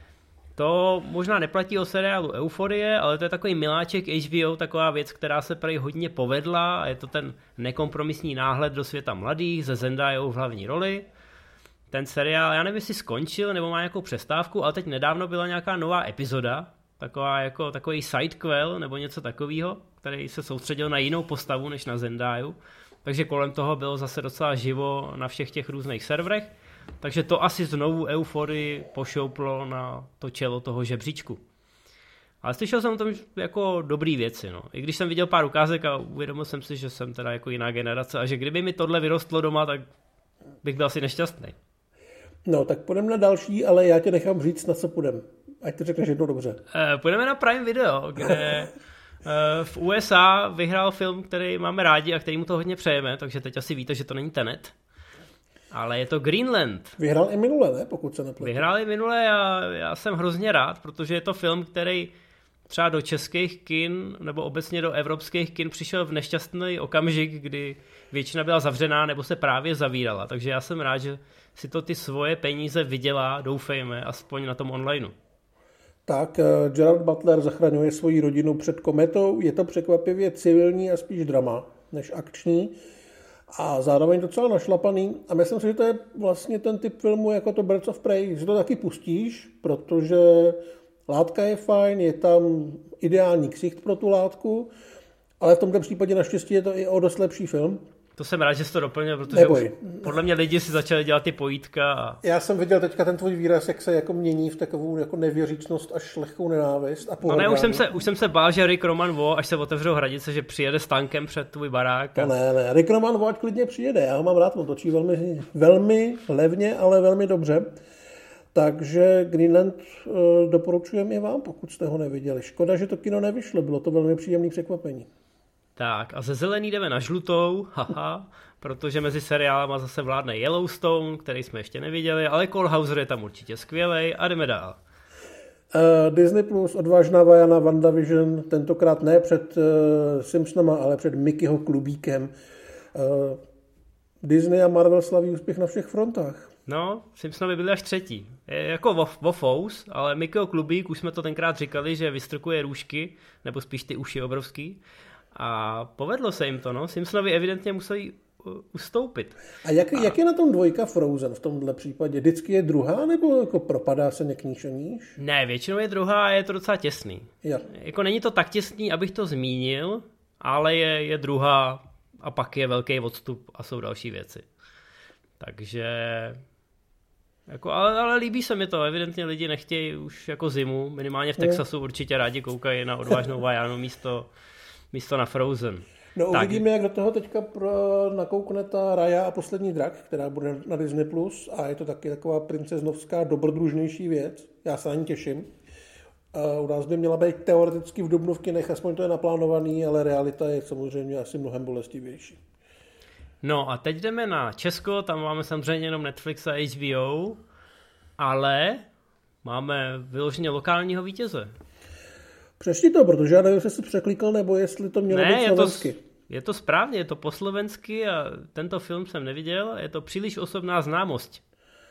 To možná neplatí o seriálu Euforie, ale to je takový miláček HBO, taková věc, která se prej hodně povedla a je to ten nekompromisní náhled do světa mladých se Zendayou v hlavní roli. Ten seriál, já nevím, jestli skončil nebo má nějakou přestávku, ale teď nedávno byla nějaká nová epizoda, takový sidequel nebo něco takového, který se soustředil na jinou postavu než na Zendayu. Takže kolem toho bylo zase docela živo na všech těch různých serverech. Takže to asi znovu Euforii pošouplo na to čelo toho žebříčku. Ale slyšel jsem o tom jako dobrý věci. No. I když jsem viděl pár ukázek a uvědomil jsem si, že jsem teda jako jiná generace a že kdyby mi tohle vyrostlo doma, tak bych byl asi nešťastný. No, tak půjdeme na další, ale já tě nechám říct, na co půjdeme. Ať to řekneš jednou dobře. Půjdeme na Prime Video, kde v USA vyhrál film, který máme rádi a který mu to hodně přejeme, takže teď asi víte, že to není Tenet. Ale je to Greenland. Vyhrál i minule, ne? Pokud se nepletu. Vyhrál i minule a já jsem hrozně rád, protože je to film, který třeba do českých kin nebo obecně do evropských kin přišel v nešťastný okamžik, kdy většina byla zavřená nebo se právě zavírala. Takže já jsem rád, že si to ty svoje peníze vydělá, doufejme, aspoň na tom onlineu. Tak, Gerard Butler zachraňuje svoji rodinu před kometou. Je to překvapivě civilní a spíš drama než akční. A zároveň docela našlapaný. A myslím si, že to je vlastně ten typ filmu jako to Birds of Prey, že to taky pustíš, protože látka je fajn, je tam ideální ksicht pro tu látku, ale v tomto případě naštěstí je to i o dost lepší film. To jsem rád, že jsi to doplnil, protože už podle mě lidi si začali dělat ty pojítka. A... Já jsem viděl teďka ten tvůj výraz, jak se jako mění v takovou jako nevěřícnost až lehkou nenávist. A no ne, už jsem se bál, že Rick Roman Vo, až se otevřou hranice, že přijede s tankem před tvůj barák. A... Ne, Rick Roman Vo ať klidně přijede, já ho mám rád, on točí velmi, velmi levně, ale velmi dobře. Takže Greenland doporučujeme i vám, pokud jste ho neviděli. Škoda, že to kino nevyšlo, bylo to velmi příjemné překvapení. Tak a ze zelený jdeme na žlutou, haha, protože mezi seriálama zase vládne Yellowstone, který jsme ještě neviděli, ale Cole Hauser je tam určitě skvělej a jdeme dál. Disney Plus, odvážná Vajana, WandaVision, tentokrát ne před Simpsonama, ale před Mickeyho klubíkem. Disney a Marvel slaví úspěch na všech frontách. No, Simpsonovi byli až třetí. Je jako Wofous, ale Mickeyho klubík, už jsme to tenkrát říkali, že vystrkuje růžky, nebo spíš ty uši obrovský. A povedlo se jim to, no. Simpsonovi evidentně museli ustoupit. A jak je na tom dvojka Frozen v tomhle případě? Vždycky je druhá, nebo jako propadá se někníž a níž? Ne, většinou je druhá a je to docela těsný. Jo. Jako není to tak těsný, abych to zmínil, ale je druhá a pak je velký odstup a jsou další věci. Takže... Jako, ale líbí se mi to, evidentně lidi nechtějí už jako zimu, minimálně v Texasu určitě rádi koukají na odvážnou Vajanu místo na Frozen. No uvidíme, jak do toho teďka nakoukne ta Raya a poslední drak, která bude na Disney+, a je to taky taková princeznovská dobrodružnější věc, já se na ní těším. U nás by měla být teoreticky v dubnu v kinech, aspoň to je naplánovaný, ale realita je samozřejmě asi mnohem bolestivější. No a teď jdeme na Česko, tam máme samozřejmě jenom Netflix a HBO, ale máme vyloženě lokálního vítěze. Přečti to, protože já nevím, jestli jsi překlikl, nebo jestli to mělo být slovensky. Je to správně, je to po slovensky a tento film jsem neviděl, je to Příliš osobná známost.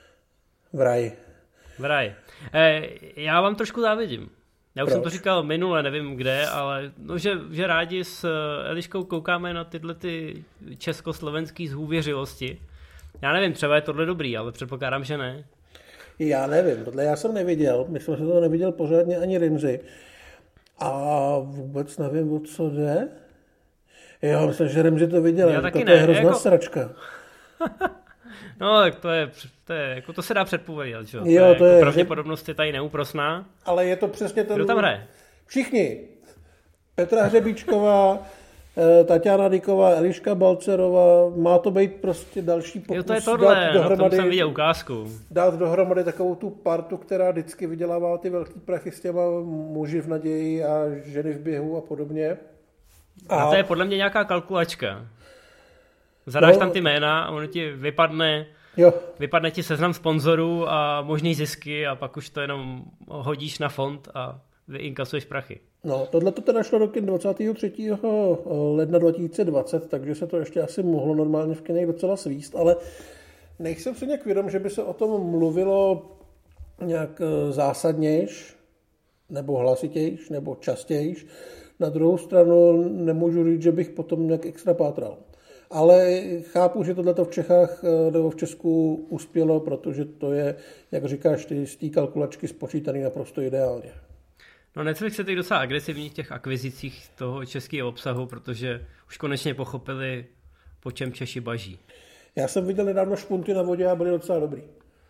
Vraj. Já vám trošku závidím. Já už jsem to říkal minule, nevím kde, ale no, že rádi s Eliškou koukáme na tyhle ty československý zhůvěřivosti. Já nevím, třeba je tohle dobrý, ale předpokládám, že ne. Já nevím, tohle já jsem neviděl. Myslím, že to neviděl pořádně ani Rimzi. A vůbec nevím, o co jde. Jo, myslím, že Rimzi to viděl. Já taky to je hrozná sračka. No, tak to je jako to se dá předpovědět, že? Jo, to je pravděpodobnost je tady neúprosná. Ale je to přesně ten... Kdo tam hraje? Všichni. Petra Hřebíčková, Tatiana Dyková, Eliška Balcerová, má to být prostě další pokus. Jo, to je tohle, dohromady, jsem viděl ukázku. Dát dohromady takovou tu partu, která vždycky vydělává ty velký prachy s těma muži v naději a ženy v běhu a podobně. A to je podle mě nějaká kalkulačka. Zadáš tam ty jména a ono ti vypadne ti seznam sponzorů a možný zisky a pak už to jenom hodíš na fond a vyinkasuješ prachy. No, tohle to teda šlo do kin 23. ledna 2020, takže se to ještě asi mohlo normálně v kinech docela svíst, ale nejsem si nějak vědom, že by se o tom mluvilo nějak zásadnějš, nebo hlasitějš, nebo častějš. Na druhou stranu nemůžu říct, že bych potom nějak extra pátral. Ale chápu, že tohleto v Čechách nebo v Česku uspělo, protože to je, jak říkáš ty, z té kalkulačky spočítaný naprosto ideálně. No Netflix je teď docela agresivní v těch akvizicích toho českého obsahu, protože už konečně pochopili, po čem Češi baží. Já jsem viděl nedávno Špunty na vodě a byly docela dobrý.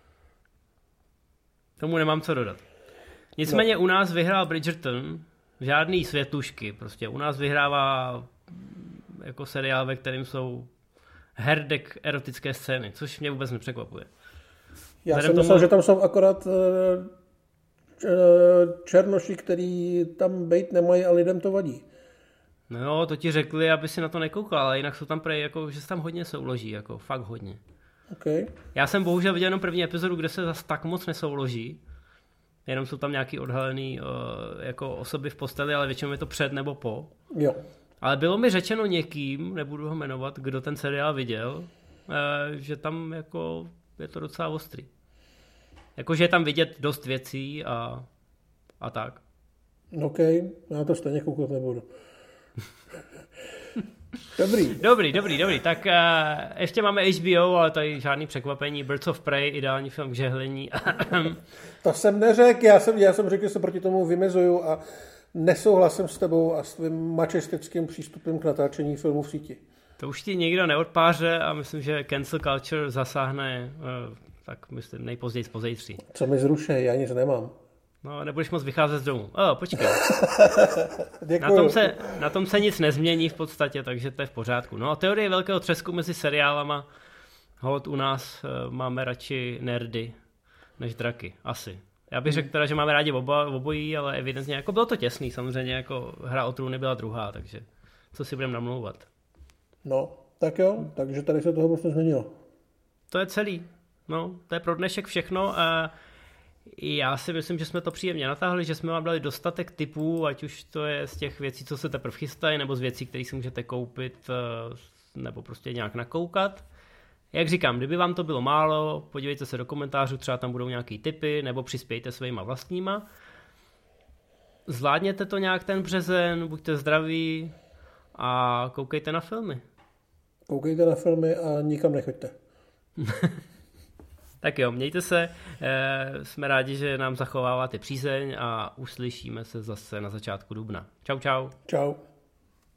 Tomu nemám co dodat. Nicméně u nás vyhrál Bridgerton, žádný světušky, prostě u nás vyhrává jako seriál, ve kterém jsou herdek erotické scény, což mě vůbec nepřekvapuje. Já jsem myslel, že tam jsou akorát černoši, který tam bejt nemají a lidem to vadí. No jo, to ti řekli, aby si na to nekoukal, ale jinak jsou tam prej, jako, že se tam hodně souloží, jako fakt hodně. Okay. Já jsem bohužel viděl jenom první epizodu, kde se zase tak moc nesouloží. Jenom jsou tam nějaký odhalený jako osoby v posteli, ale většinou je to před nebo po. Jo. Ale bylo mi řečeno někým, nebudu ho jmenovat, kdo ten seriál viděl, že tam jako je to docela ostrý. Jakože je tam vidět dost věcí a tak. OK, já to stejně koukat nebudu. Dobrý. Tak ještě máme HBO, ale tady žádný překvapení. Birds of Prey, ideální film k žehlení. To jsem neřekl, já jsem řekl, že se proti tomu vymezuju a nesouhlasím s tebou a s tvým mačistickým přístupem k natáčení filmů v síti. To už ti nikdo neodpáře a myslím, že cancel culture zasáhne, tak myslím, nejpozději pozítří. Co mi zrušej, já nic nemám. No, nebudeš moc vycházet z domu. Počkej. Děkuju. Na tom se nic nezmění v podstatě, takže to je v pořádku. No, teorie velkého třesku mezi seriálama. Hold u nás máme radši nerdy než draky. Asi. Já bych řekl teda, že máme rádi obojí, ale evidentně jako bylo to těsný. Samozřejmě jako Hra o trůny byla druhá, takže co si budeme namlouvat. No, tak jo. Takže tady se toho prostě změnilo. To je celý. No, to je pro dnešek všechno. Já si myslím, že jsme to příjemně natáhli, že jsme vám dali dostatek tipů, ať už to je z těch věcí, co se teprve chystají, nebo z věcí, které si můžete koupit, nebo prostě nějak nakoukat. Jak říkám, kdyby vám to bylo málo, podívejte se do komentářů, třeba tam budou nějaký tipy, nebo přispějte svýma vlastníma. Zvládněte to nějak ten březen, buďte zdraví a koukejte na filmy. Koukejte na filmy a nikam nechoďte. Tak jo, mějte se, jsme rádi, že nám zachováváte přízeň a uslyšíme se zase na začátku dubna. Čau. Čau.